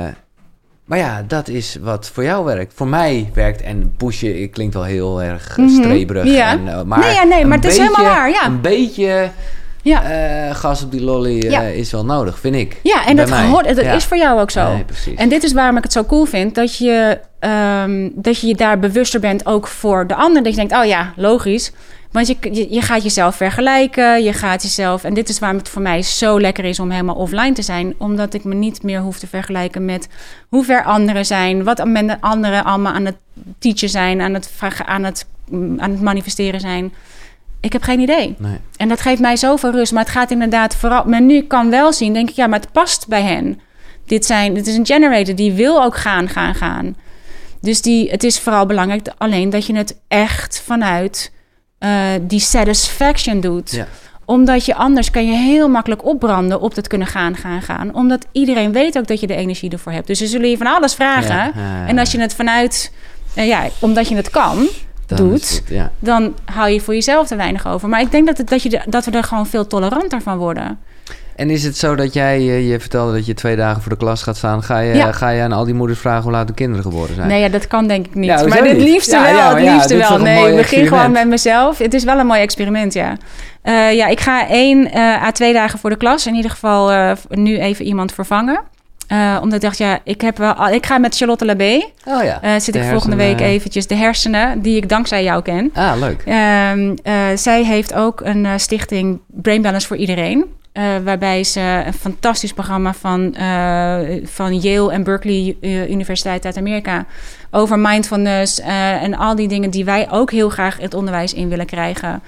maar ja, dat is wat voor jou werkt. Voor mij werkt, en pushen klinkt wel heel erg uh, Mhm. streberig. Ja. En, uh, maar Nee, ja, nee, een maar het is beetje- helemaal waar, ja. Een beetje Ja. uh, gas op die lolly uh, Ja. is wel nodig, vind ik. Ja, en Bij dat, mij. hoort, dat Ja. is voor jou ook zo. Nee, precies. En dit is waarom ik het zo cool vind, dat je, um, dat je je daar bewuster bent ook voor de ander. Dat je denkt, oh ja, logisch. Want je, je, je gaat jezelf vergelijken, je gaat jezelf... En dit is waarom het voor mij zo lekker is om helemaal offline te zijn. Omdat ik me niet meer hoef te vergelijken met hoe ver anderen zijn. Wat anderen allemaal aan het teachen zijn, aan het, aan het, aan het manifesteren zijn. Ik heb geen idee. Nee. En dat geeft mij zoveel rust. Maar het gaat inderdaad vooral... Maar nu kan wel zien, denk ik, ja, maar het past bij hen. Dit, zijn, dit is een generator, die wil ook gaan, gaan, gaan. Dus die, het is vooral belangrijk alleen dat je het echt vanuit uh, die satisfaction doet. Ja. Omdat je anders kan je heel makkelijk opbranden op het kunnen gaan, gaan, gaan. Omdat iedereen weet ook dat je de energie ervoor hebt. Dus ze zullen je van alles vragen. Ja, ja, ja. En als je het vanuit... Uh, ja, omdat je het kan... dan doet, het, ja. dan hou je voor jezelf te weinig over. Maar ik denk dat, het, dat, je de, dat we er gewoon veel toleranter van worden. En is het zo dat jij, je vertelde dat je twee dagen voor de klas gaat staan. Ga je, ja. ga je aan al die moeders vragen hoe laat de kinderen geboren zijn? Nee, ja, dat kan denk ik niet. Ja, maar het niet? liefste ja, wel, ja, het liefste ja, wel. Nee, ik begin experiment. gewoon met mezelf. Het is wel een mooi experiment, ja. Uh, ja, ik ga één uh, à twee dagen voor de klas. In ieder geval uh, nu even iemand vervangen. Uh, omdat ik dacht, ja, ik, heb wel, ik ga met Charlotte Labé. Oh ja. Uh, zit ik volgende week eventjes de hersenen, die ik dankzij jou ken. Ah, leuk. Uh, uh, zij heeft ook een uh, stichting Brain Balance voor iedereen. Uh, waarbij ze een fantastisch programma van, uh, van Yale en Berkeley uh, Universiteit uit Amerika over mindfulness uh, en al die dingen die wij ook heel graag het onderwijs in willen krijgen.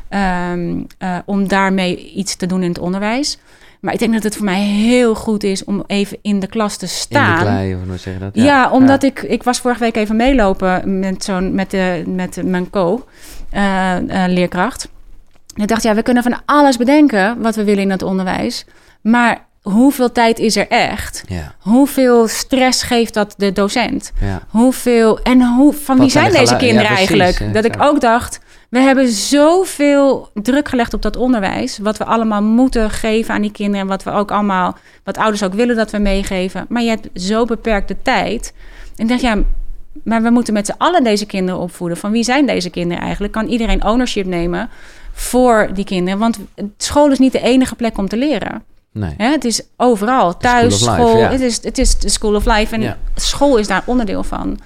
Um, uh, om daarmee iets te doen in het onderwijs. Maar ik denk dat het voor mij heel goed is om even in de klas te staan. In de klei, of hoe zeg je dat? Ja, ja omdat ja. ik... Ik was vorige week even meelopen met, zo'n, met, de, met mijn co-leerkracht. Uh, uh, ik dacht, ja, we kunnen van alles bedenken wat we willen in het onderwijs. Maar hoeveel tijd is er echt? Ja. Hoeveel stress geeft dat de docent? Ja. Hoeveel... En hoe, van wie zijn, zijn deze kinderen ja, precies, eigenlijk? Ja, dat ja. ik ook dacht... We hebben zoveel druk gelegd op dat onderwijs. Wat we allemaal moeten geven aan die kinderen. En wat we ook allemaal, wat ouders ook willen dat we meegeven. Maar je hebt zo beperkte tijd. En ik dacht, ja, maar we moeten met z'n allen deze kinderen opvoeden. Van wie zijn deze kinderen eigenlijk? Kan iedereen ownership nemen voor die kinderen? Want school is niet de enige plek om te leren. Nee. Ja, het is overal. Thuis, school. school. Ja. Het is, het is de school of life. En ja. school is daar onderdeel van.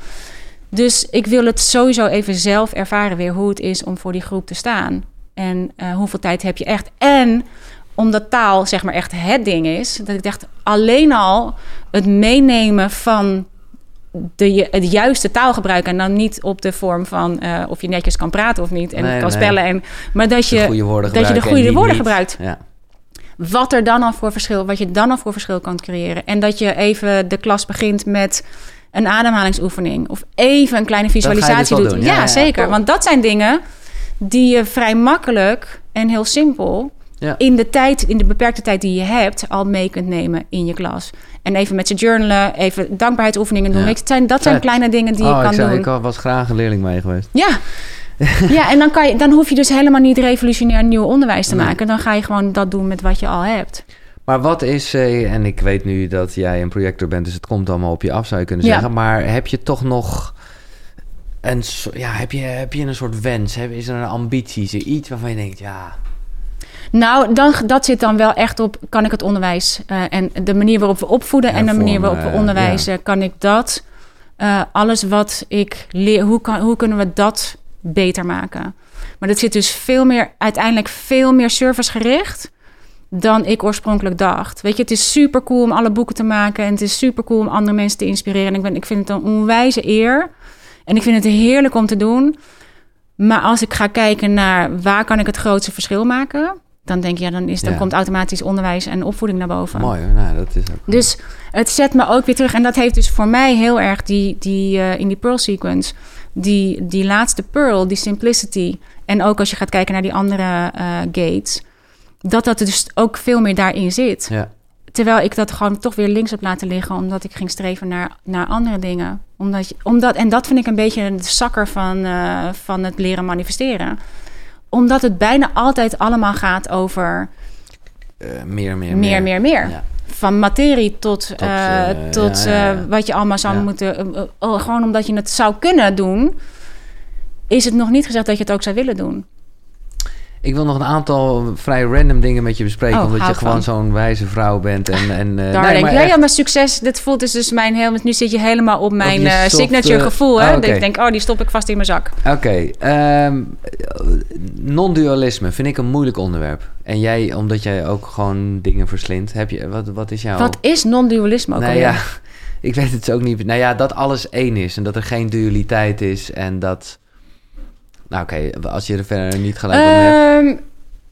Dus ik wil het sowieso even zelf ervaren weer hoe het is om voor die groep te staan. En uh, hoeveel tijd heb je echt. En omdat taal zeg maar echt het ding is. Dat ik dacht, alleen al het meenemen van de, het juiste taalgebruik. En dan niet op de vorm van uh, of je netjes kan praten of niet. En nee, kan nee. spellen. En, maar dat je de goede woorden, dat je de goede woorden niet. gebruikt. Ja. Wat er dan al voor verschil, wat je dan al voor verschil kan creëren. En dat je even de klas begint met een ademhalingsoefening of even een kleine visualisatie dus doet. doen. Ja, Ja, ja, zeker. ja. Want dat zijn dingen die je vrij makkelijk en heel simpel ja. in de tijd, in de beperkte tijd die je hebt, al mee kunt nemen in je klas. En even met ze journalen, even dankbaarheidsoefeningen doen. Ja. Het zijn, dat zijn Vet. kleine dingen die oh, je kan ik zei, doen. Ik was graag een leerling mee geweest. Ja. ja, en dan, kan je, dan hoef je dus helemaal niet revolutionair nieuw onderwijs te Nee. maken. Dan ga je gewoon dat doen met wat je al hebt. Maar wat is, eh, en ik weet nu dat jij een projector bent, dus het komt allemaal op je af, zou je kunnen Ja. zeggen. Maar heb je toch nog een, so- ja, heb je, heb je een soort wens? Heb, is er een ambitie? Is er iets waarvan je denkt, ja... Nou, dan, dat zit dan wel echt op, kan ik het onderwijs uh, en de manier waarop we opvoeden en de manier waarop we onderwijzen, ja. kan ik dat, uh, alles wat ik leer, hoe, kan, hoe kunnen we dat beter maken? Maar dat zit dus veel meer, uiteindelijk veel meer servicegericht dan ik oorspronkelijk dacht. Weet je, het is super cool om alle boeken te maken en het is super cool om andere mensen te inspireren. En ik, ben, ik vind het een onwijze eer en ik vind het heerlijk om te doen. Maar als ik ga kijken naar waar kan ik het grootste verschil maken, dan denk je, ja, dan, is, dan Ja. komt automatisch onderwijs en opvoeding naar boven. Mooi hoor, nou, dat is ook... Dus het zet me ook weer terug. En dat heeft dus voor mij heel erg die, die, uh, in die Pearl sequence, die, die laatste Pearl, die simplicity. En ook als je gaat kijken naar die andere uh, gates, dat dat er dus ook veel meer daarin zit. Ja. Terwijl ik dat gewoon toch weer links heb laten liggen, omdat ik ging streven naar, naar andere dingen. Omdat je, omdat, en dat vind ik een beetje de zakker van, uh, van het leren manifesteren. Omdat het bijna altijd allemaal gaat over Uh, meer, meer, meer, meer, meer. Ja. Van materie tot, Tot, uh, uh, tot ja, ja, ja. Uh, wat je allemaal zou Ja. moeten... Uh, uh, oh, gewoon omdat je het zou kunnen doen, is het nog niet gezegd dat je het ook zou willen doen. Ik wil nog een aantal vrij random dingen met je bespreken, Oh, omdat je hou gewoon van. zo'n wijze vrouw bent. En, en, uh, Daar nee, denk maar jij, echt- ja, maar succes, dit voelt dus, dus mijn heel... Nu zit je helemaal op mijn je uh, soft, signature uh, gevoel, hè? oh, Dat oké. ik denk, oh, die stop ik vast in mijn zak. Oké, um, non-dualisme vind ik een moeilijk onderwerp. En jij, omdat jij ook gewoon dingen verslindt, heb je, wat, wat is jouw... Wat is non-dualisme ook nou alweer? ja, ik weet het ook niet. Nou ja, dat alles één is en dat er geen dualiteit is en dat... Nou oké, als je er verder niet gelijk op hebt... Ehm,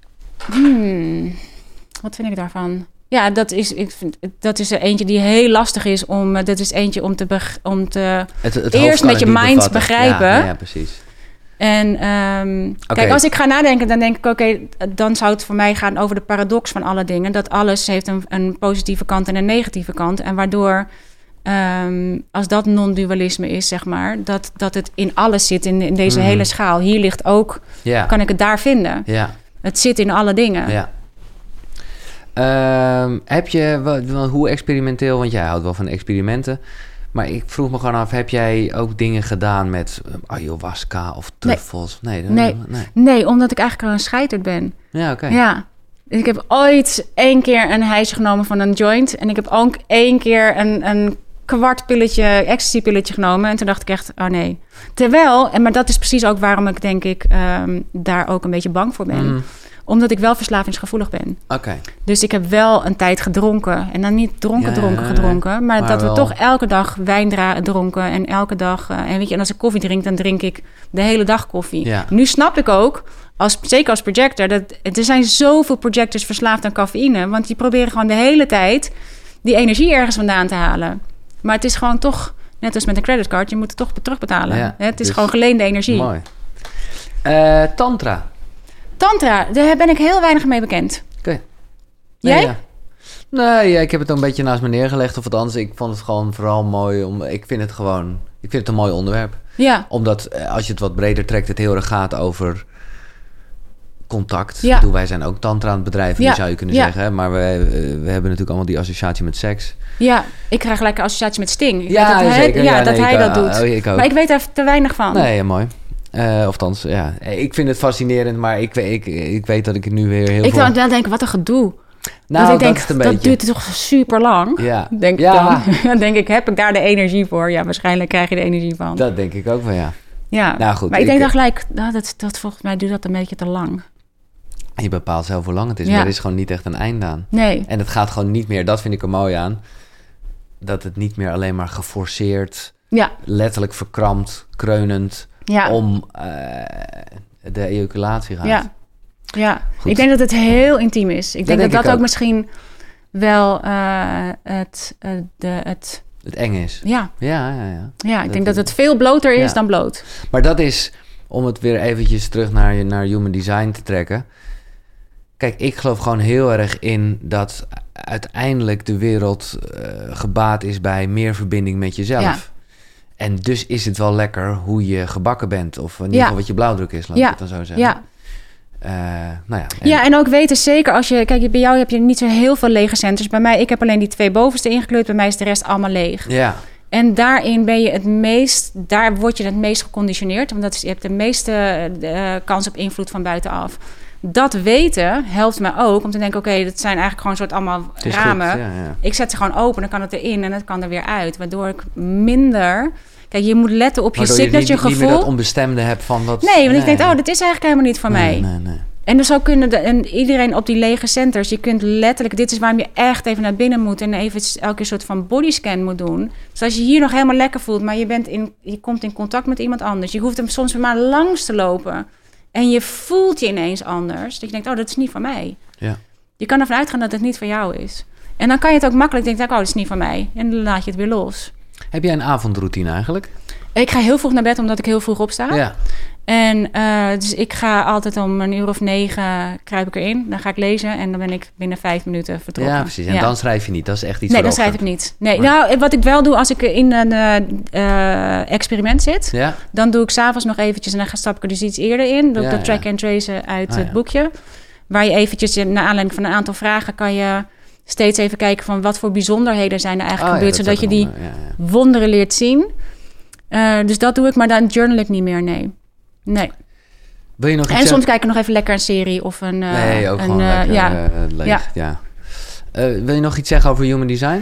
hmm, wat vind ik daarvan? Ja, dat is, ik vind, dat is er eentje die heel lastig is om... uh, Dat is eentje om te, beg- om te Het, het eerst hoofd kan met je het niet mind bevatten. begrijpen. Ja, ja, precies. En ehm, Oké. kijk, als ik ga nadenken, dan denk ik... oké, dan zou het voor mij gaan over de paradox van alle dingen. Dat alles heeft een, een positieve kant en een negatieve kant. En waardoor Um, als dat non-dualisme is, zeg maar, dat, dat het in alles zit, in, in deze Mm. hele schaal. Hier ligt ook, Ja. kan ik het daar vinden. Ja. Het zit in alle dingen. Ja. Um, heb je, wat, wat- hoe experimenteel, want jij houdt wel van experimenten, maar ik vroeg me gewoon af, heb jij ook dingen gedaan met um, ayahuasca of truffels? Nee. Nee. Nee. nee. Nee, omdat ik eigenlijk een scheiterd ben. Ja, oké. Ja. Ik heb ooit één keer een hijsje genomen van een joint. En ik heb ook één keer een, een kwart pilletje, ecstasy-pilletje genomen. En toen dacht ik echt, oh nee. Terwijl, en maar dat is precies ook waarom ik denk ik um, daar ook een beetje bang voor ben. Mm. Omdat ik wel verslavingsgevoelig ben. Oké. Okay. Dus ik heb wel een tijd gedronken. En dan niet dronken, Ja, dronken, ja, ja. gedronken. Maar, Maar dat wel- we toch elke dag wijn dra- dronken. En elke dag... Uh, en weet je, en als ik koffie drink, dan drink ik de hele dag koffie. Ja. Nu snap ik ook, als, zeker als projector... dat er zijn zoveel projectors verslaafd aan cafeïne. Want die proberen gewoon de hele tijd die energie ergens vandaan te halen. Maar het is gewoon toch, net als met een creditcard... je moet het toch terugbetalen. Ja, het is dus- gewoon geleende energie. Mooi. Uh, tantra. Tantra, daar ben ik heel weinig mee bekend. Oké. Okay. Jij? Nee, ja. Nee, ja, ik heb het een beetje naast me neergelegd. Of wat anders. Ik vond het gewoon vooral mooi. Om, ik vind het gewoon... Ik vind het een mooi onderwerp. Ja. Omdat als je het wat breder trekt... het heel erg gaat over contact. Ja. Ik bedoel, wij zijn ook tantra aan het bedrijven, Ja. zou je kunnen Ja. zeggen. Hè? Maar we, we hebben natuurlijk allemaal die associatie met seks. Ja, ik krijg gelijk een associatie met Sting. Ik Ja, weet dat hij, zeker. ja, Ja, dat nee, hij ik, dat doet. oh, ik ook. Maar ik weet daar te weinig van. Nee, ja, mooi. Uh, of thans, ja. Ik vind het fascinerend, maar ik, ik, ik weet dat ik het nu weer heel ik veel... Ik dan denk, wat een gedoe. Nou, dat ik denk, dat is het een dat beetje. duurt toch super lang. Ja. Denk ja. ik dan. Dan denk ik, heb ik daar de energie voor? Ja, waarschijnlijk krijg je de energie van. Dat denk ik ook wel, ja. Ja, nou, goed, maar ik, ik denk dan gelijk, nou, dat, dat volgens mij duurt dat een beetje te lang. Je bepaalt zelf hoe lang het is, Ja. maar er is gewoon niet echt een eind aan. Nee. En het gaat gewoon niet meer, dat vind ik er mooi aan, dat het niet meer alleen maar geforceerd, Ja. letterlijk verkrampt, kreunend, Ja. om uh, de ejaculatie gaat. Ja. Ja, Goed. ik denk dat het heel intiem is. Ik denk denk dat ik dat ook ook. misschien wel uh, het, uh, de, het... Het eng is. Ja, Ja, ja, ja. ja ik Dat denk dat is- het veel bloter is Ja. dan bloot. Maar dat is, om het weer eventjes terug naar, naar human design te trekken. Kijk, ik geloof gewoon heel erg in dat uiteindelijk de wereld uh, gebaat is bij meer verbinding met jezelf. Ja. En dus is het wel lekker hoe je gebakken bent. Of in ieder Ja. geval wat je blauwdruk is, laat Ja. ik het dan zo zeggen. Ja. Uh, nou ja, en- Ja, en ook weten zeker als je... Kijk, bij jou heb je niet zo heel veel lege centers. Bij mij, ik heb alleen die twee bovenste ingekleurd. Bij mij is de rest allemaal leeg. ja. En daarin ben je het meest... Daar word je het meest geconditioneerd. Want dat is, je hebt de meeste uh, kans op invloed van buitenaf. Dat weten helpt me ook om te denken... Oké, dat zijn eigenlijk gewoon soort allemaal Het is ramen. goed, ja, ja. Ik zet ze gewoon open, dan kan het erin en het kan er weer uit. Waardoor ik minder... Kijk, je moet letten op je Waardoor je signature niet, niet gevoel. meer dat onbestemde hebt van wat... Nee, want ik denk, oh, dit is eigenlijk helemaal niet voor mij. Nee, nee, nee. En dus zo kunnen de, en iedereen op die lege centers... je kunt letterlijk... dit is waarom je echt even naar binnen moet... en even elke soort van bodyscan moet doen. Dus als je hier nog helemaal lekker voelt... maar je, bent in, je komt in contact met iemand anders... je hoeft hem soms maar langs te lopen... en je voelt je ineens anders... dat je denkt, oh, dat is niet van mij. Ja. Je kan ervan uitgaan dat het niet van jou is. En dan kan je het ook makkelijk denken... oh, dat is niet van mij. En dan laat je het weer los. Heb jij een avondroutine eigenlijk? Ik ga heel vroeg naar bed... omdat ik heel vroeg opsta. Ja. En uh, dus ik ga altijd om een uur of negen kruip ik erin. Dan ga ik lezen en dan ben ik binnen vijf minuten vertrokken. Ja, precies. En ja. dan schrijf je niet. Dat is echt iets Nee, voor dan de schrijf ik ochtend. niet. Nee, Maar- nou, wat ik wel doe als ik in een uh, uh, experiment zit... Ja? dan doe ik s'avonds nog eventjes... en dan stap ik er dus iets eerder in. Doe ik Ja, de track ja. and trace uit Ah, het ja. boekje. Waar je eventjes, naar aanleiding van een aantal vragen... kan je steeds even kijken van wat voor bijzonderheden zijn er eigenlijk Oh, ja, gebeurd... dat zodat je zat die eronder. Ja, ja. wonderen leert zien. Uh, dus dat doe ik, maar dan journal ik niet meer, nee. Nee. Wil je nog iets En zeggen? soms kijk ik nog even lekker een serie of een... Uh, Nee, ook een, gewoon uh, lekker ja. uh, leeg. Ja. Ja. Uh, wil je nog iets zeggen over human design?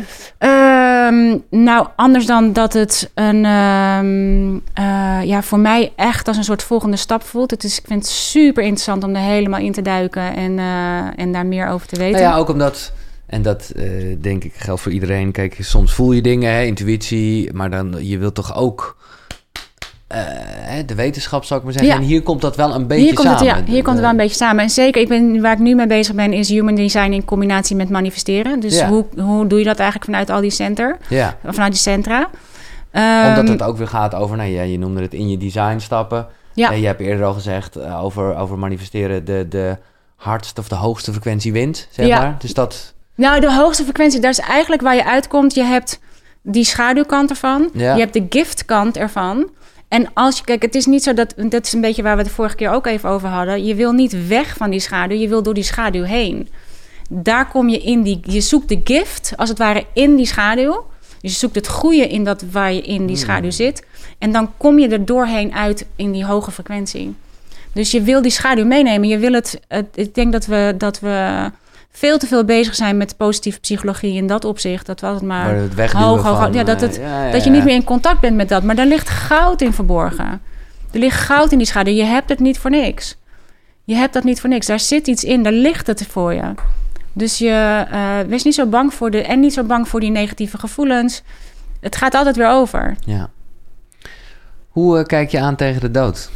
Um, nou, anders dan dat het een, um, uh, ja, voor mij echt als een soort volgende stap voelt. Het is, ik vind het super interessant om er helemaal in te duiken en, uh, en daar meer over te weten. Nou ja, ook omdat, en dat uh, denk ik geldt voor iedereen. Kijk, soms voel je dingen, hè, intuïtie, maar dan je wilt toch ook uh, de wetenschap, zou ik maar zeggen. Ja. En hier komt dat wel een beetje hier komt samen. Het, ja, hier komt het wel een beetje samen. En zeker, ik ben, waar ik nu mee bezig ben, is human design in combinatie met manifesteren. Dus Ja. hoe, hoe doe je dat eigenlijk vanuit al die center, Ja. vanuit die centra? Omdat Um, het ook weer gaat over, nou ja, je noemde het in je design stappen. Ja. En je hebt eerder al gezegd uh, over, over manifesteren de, de hardste of de hoogste frequentie wint, zeg Ja. maar. Dus dat... Nou, de hoogste frequentie, dat is eigenlijk waar je uitkomt. Je hebt die schaduwkant ervan. Ja. Je hebt de giftkant ervan. En als je, kijk, het is niet zo dat, dat is een beetje waar we het de vorige keer ook even over hadden. Je wil niet weg van die schaduw, je wil door die schaduw heen. Daar kom je in die, je zoekt de gift, als het ware, in die schaduw. Dus je zoekt het goede in dat waar je in die schaduw zit. En dan kom je er doorheen uit in die hoge frequentie. Dus je wil die schaduw meenemen. Je wil het, het ik denk dat we, dat we veel te veel bezig zijn met positieve psychologie in dat opzicht. Dat we altijd maar, maar het wegduwen hoog, hoog, van, ja, dat, het, uh, ja, ja, dat je niet meer in contact bent met dat. Maar daar ligt goud in verborgen. Er ligt goud in die schaduw. Je hebt het niet voor niks. Je hebt dat niet voor niks. Daar zit iets in, daar ligt het voor je. Dus je uh, wees niet zo bang voor de en niet zo bang voor die negatieve gevoelens. Het gaat altijd weer over. Ja. Hoe uh, kijk je aan tegen de dood?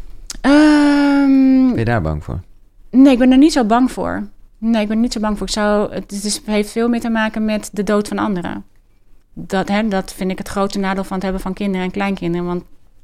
Um, ben je daar bang voor? Nee, ik ben er niet zo bang voor. Nee, ik ben er niet zo bang voor. Ik zou, het is, heeft veel meer te maken met de dood van anderen. Dat, hè, dat vind ik het grote nadeel van het hebben van kinderen en kleinkinderen. Want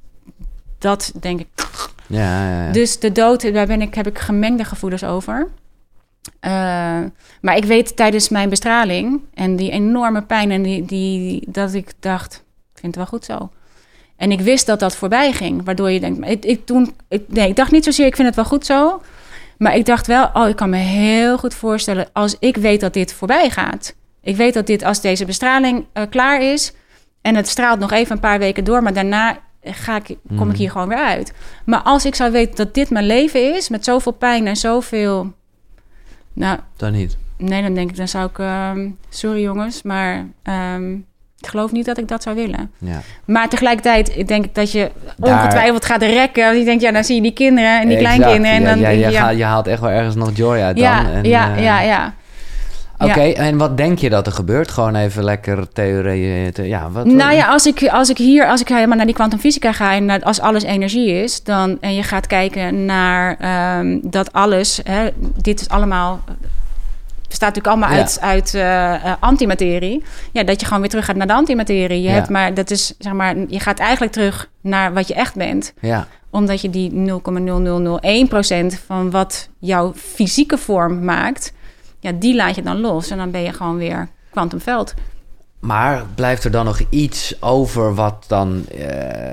dat denk ik... Ja, ja, ja. Dus de dood, daar ben ik, heb ik gemengde gevoelens over. Uh, maar ik weet tijdens mijn bestraling en die enorme pijn en die, die, dat ik dacht, ik vind het wel goed zo. En ik wist dat dat voorbij ging, waardoor je denkt, ik, ik, toen, ik, nee, ik dacht niet zozeer, ik vind het wel goed zo. Maar ik dacht wel, oh, ik kan me heel goed voorstellen als ik weet dat dit voorbij gaat. Ik weet dat dit, als deze bestraling uh, klaar is en het straalt nog even een paar weken door, maar daarna ga ik, kom mm. ik hier gewoon weer uit. Maar als ik zou weten dat dit mijn leven is, met zoveel pijn en zoveel... Nou, dan niet. Nee, dan denk ik, dan zou ik... Um, sorry jongens, maar um, ik geloof niet dat ik dat zou willen. Ja. Maar tegelijkertijd denk ik dat je Daar... ongetwijfeld gaat rekken. Je denkt, ja, dan zie je die kinderen en die exact. kleinkinderen. En ja, dan ja, denk je, je, ja. Gaat, je haalt echt wel ergens nog joy uit ja, dan. En, ja, uh... ja, ja. Oké, okay, ja. En wat denk je dat er gebeurt? Gewoon even lekker theorie. Te, ja, wat, nou ja, als ik, als ik hier, als ik helemaal naar die kwantumfysica ga en naar, als alles energie is, dan en je gaat kijken naar um, dat alles, hè, dit is allemaal, bestaat natuurlijk allemaal ja. uit, uit uh, uh, antimaterie. Ja, dat je gewoon weer terug gaat naar de antimaterie. Je ja. hebt maar, dat is zeg maar, je gaat eigenlijk terug naar wat je echt bent. Ja. Omdat je die nul komma nul nul nul één procent van wat jouw fysieke vorm maakt, ja, die laat je dan los en dan ben je gewoon weer kwantumveld. Maar blijft er dan nog iets over wat dan uh,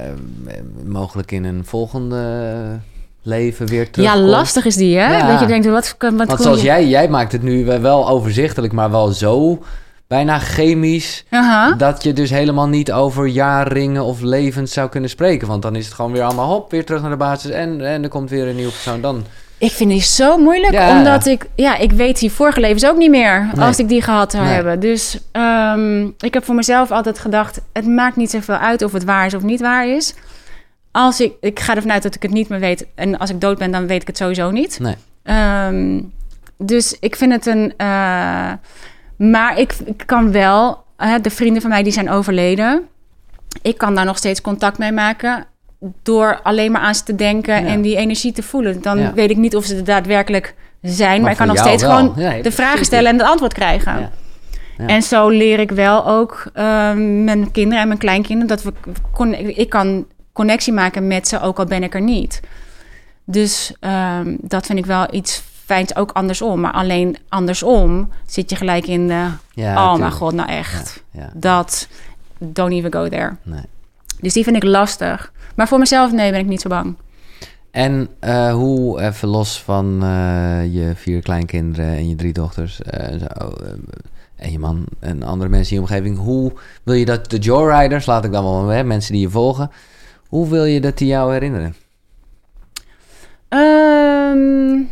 mogelijk in een volgende leven weer terugkomt? Ja, lastig is die, hè? Ja. Dat je denkt, wat, wat Want kon zoals je... jij, jij maakt het nu wel overzichtelijk, maar wel zo bijna chemisch, uh-huh. dat je dus helemaal niet over jaarringen of levens zou kunnen spreken. Want dan is het gewoon weer allemaal hop, weer terug naar de basis en, en er komt weer een nieuwe persoon dan. Ik vind die zo moeilijk, ja. omdat ik... Ja, ik weet die vorige levens ook niet meer, nee. als ik die gehad zou nee. hebben. Dus um, ik heb voor mezelf altijd gedacht, het maakt niet zoveel uit of het waar is of niet waar is. Als ik... Ik ga ervan uit dat ik het niet meer weet. En als ik dood ben, dan weet ik het sowieso niet. Nee. Um, dus ik vind het een... Uh, maar ik, ik kan wel... Uh, de vrienden van mij die zijn overleden. Ik kan daar nog steeds contact mee maken door alleen maar aan ze te denken ja. en die energie te voelen. Dan ja. weet ik niet of ze er daadwerkelijk zijn, maar, maar ik kan nog steeds wel. gewoon ja, de vragen stellen en het antwoord krijgen. Ja. Ja. En zo leer ik wel ook uh, met mijn kinderen en mijn kleinkinderen dat we con- ik kan connectie maken met ze, ook al ben ik er niet. Dus um, dat vind ik wel iets fijns, ook andersom. Maar alleen andersom zit je gelijk in de... Ja, oh mijn god, nou echt. Ja, ja. Dat, don't even go there. Nee. Dus die vind ik lastig. Maar voor mezelf, nee, ben ik niet zo bang. En uh, hoe, even los van uh, je vier kleinkinderen en je drie dochters... Uh, zo, uh, en je man en andere mensen in je omgeving... hoe wil je dat de Joyriders, laat ik dan wel hè, mensen die je volgen... hoe wil je dat die jou herinneren? Um,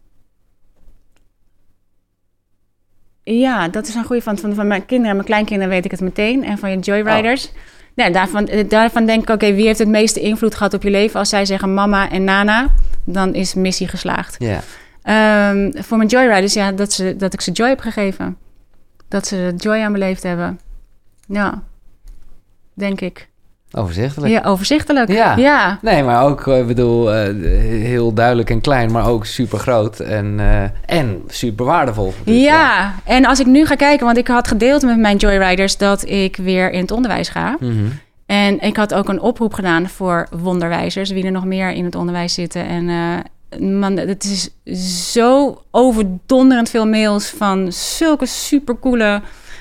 ja, dat is een goede van, van, van mijn kinderen en mijn kleinkinderen weet ik het meteen. En van je Joyriders... Oh. Ja, daarvan, daarvan denk ik, oké, okay, wie heeft het meeste invloed gehad op je leven? Als zij zeggen mama en nana, dan is missie geslaagd. Yeah. Um, voor mijn Joyriders, ja, dat, ze, dat ik ze joy heb gegeven. Dat ze joy aan beleefd hebben. Ja, denk ik. Overzichtelijk. Ja, overzichtelijk. Ja. ja. Nee, maar ook, ik bedoel, uh, heel duidelijk en klein, maar ook super groot en, uh, en super waardevol. Dus, ja. ja, en als ik nu ga kijken, want ik had gedeeld met mijn Joyriders dat ik weer in het onderwijs ga. Mm-hmm. En ik had ook een oproep gedaan voor wonderwijzers, wie er nog meer in het onderwijs zitten. En uh, man, het is zo overdonderend veel mails van zulke supercoole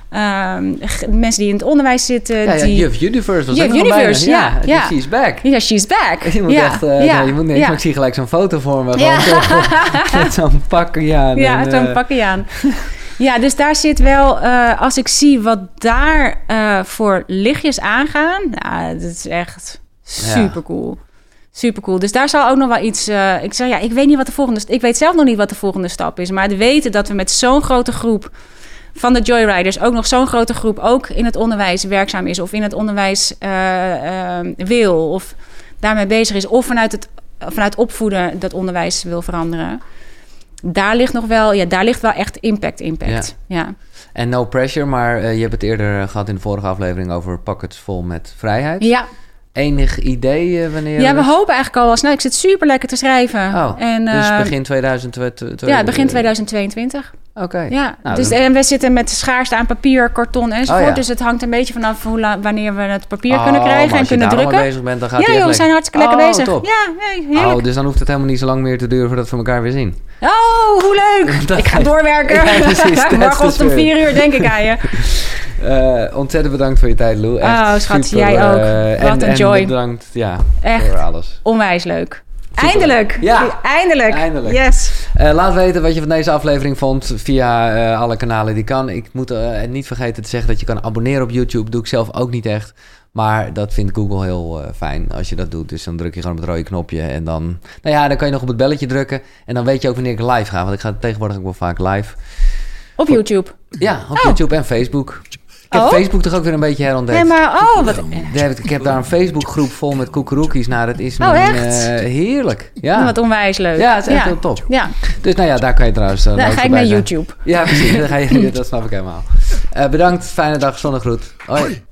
Um, g- mensen die in het onderwijs zitten. Ja, ja, die... Juf Universe was Juf ook nog Universe, bijna. ja, ja. ja. She's back. Ja, she's back. Je moet ja, echt... Uh, ja, nee, je moet niks, ja. maar ik zie gelijk zo'n foto voor me. Ja. Gewoon met zo'n pakje aan. Ja, en, zo'n uh, pakje aan. Ja, dus daar zit wel... Uh, als ik zie wat daar uh, voor lichtjes aangaan... Nou, dat is echt super cool. Super cool. Dus daar zal ook nog wel iets... Uh, ik zeg, ja, ik weet niet wat de volgende... Ik weet zelf nog niet wat de volgende stap is. Maar te weten dat we met zo'n grote groep... van de Joyriders ook nog zo'n grote groep... ook in het onderwijs werkzaam is... of in het onderwijs uh, uh, wil... of daarmee bezig is... of vanuit, het, vanuit opvoeden dat onderwijs wil veranderen... Daar ligt nog wel, ja, daar ligt wel echt impact, impact. Ja. ja. En no pressure, maar uh, je hebt het eerder gehad in de vorige aflevering over pockets vol met vrijheid. Ja. Enig idee uh, wanneer? Ja, we hopen eigenlijk al als, nou, ik zit super lekker te schrijven. Oh, en, uh, dus begin tweeduizend tweeëntwintig? Ja, begin tweeduizend tweeëntwintig. Oké. Okay. Ja, nou, dus, dan... en we zitten met schaarste aan papier, karton enzovoort. Oh, ja. Dus het hangt een beetje vanaf hoe la- wanneer we het papier oh, kunnen krijgen en kunnen drukken. Als je daar bezig bent, dan gaat ja, het joh, we zijn hartstikke lekker oh, bezig. Top. Ja, nee, heerlijk. Oh, dus dan hoeft het helemaal niet zo lang meer te duren voordat we elkaar weer zien. Oh, hoe leuk! Ik ga doorwerken. Ja, morgenochtend om vier uur denk ik aan je. Uh, ontzettend bedankt voor je tijd, Lou. Echt oh, schat, super, jij ook. Uh, Wat en, een joy. En bedankt ja, echt voor alles. Onwijs leuk. Super. Eindelijk! Ja, eindelijk! eindelijk. Yes! Uh, laat weten wat je van deze aflevering vond via uh, alle kanalen die kan. Ik moet uh, niet vergeten te zeggen dat je kan abonneren op YouTube. Doe ik zelf ook niet echt. Maar dat vindt Google heel uh, fijn als je dat doet. Dus dan druk je gewoon op het rode knopje. En dan, nou ja, dan kan je nog op het belletje drukken. En dan weet je ook wanneer ik live ga. Want ik ga tegenwoordig ook wel vaak live. Op Voor, YouTube? Ja, op oh. YouTube en Facebook. Ik heb oh. Facebook toch ook weer een beetje herontdekt. Nee, maar oh, wat... Ik heb daar een Facebookgroep vol met koekeroekies. Nou, dat is oh, mijn, echt? Uh, heerlijk. Ja. Wat onwijs leuk. Ja, het is echt ja. heel top. Ja. Dus nou ja, daar kan je trouwens... Uh, dan ga ik naar YouTube. Ja, precies. Dan ga je, dat snap ik helemaal. Uh, bedankt, fijne dag, zonnegroet. Hoi.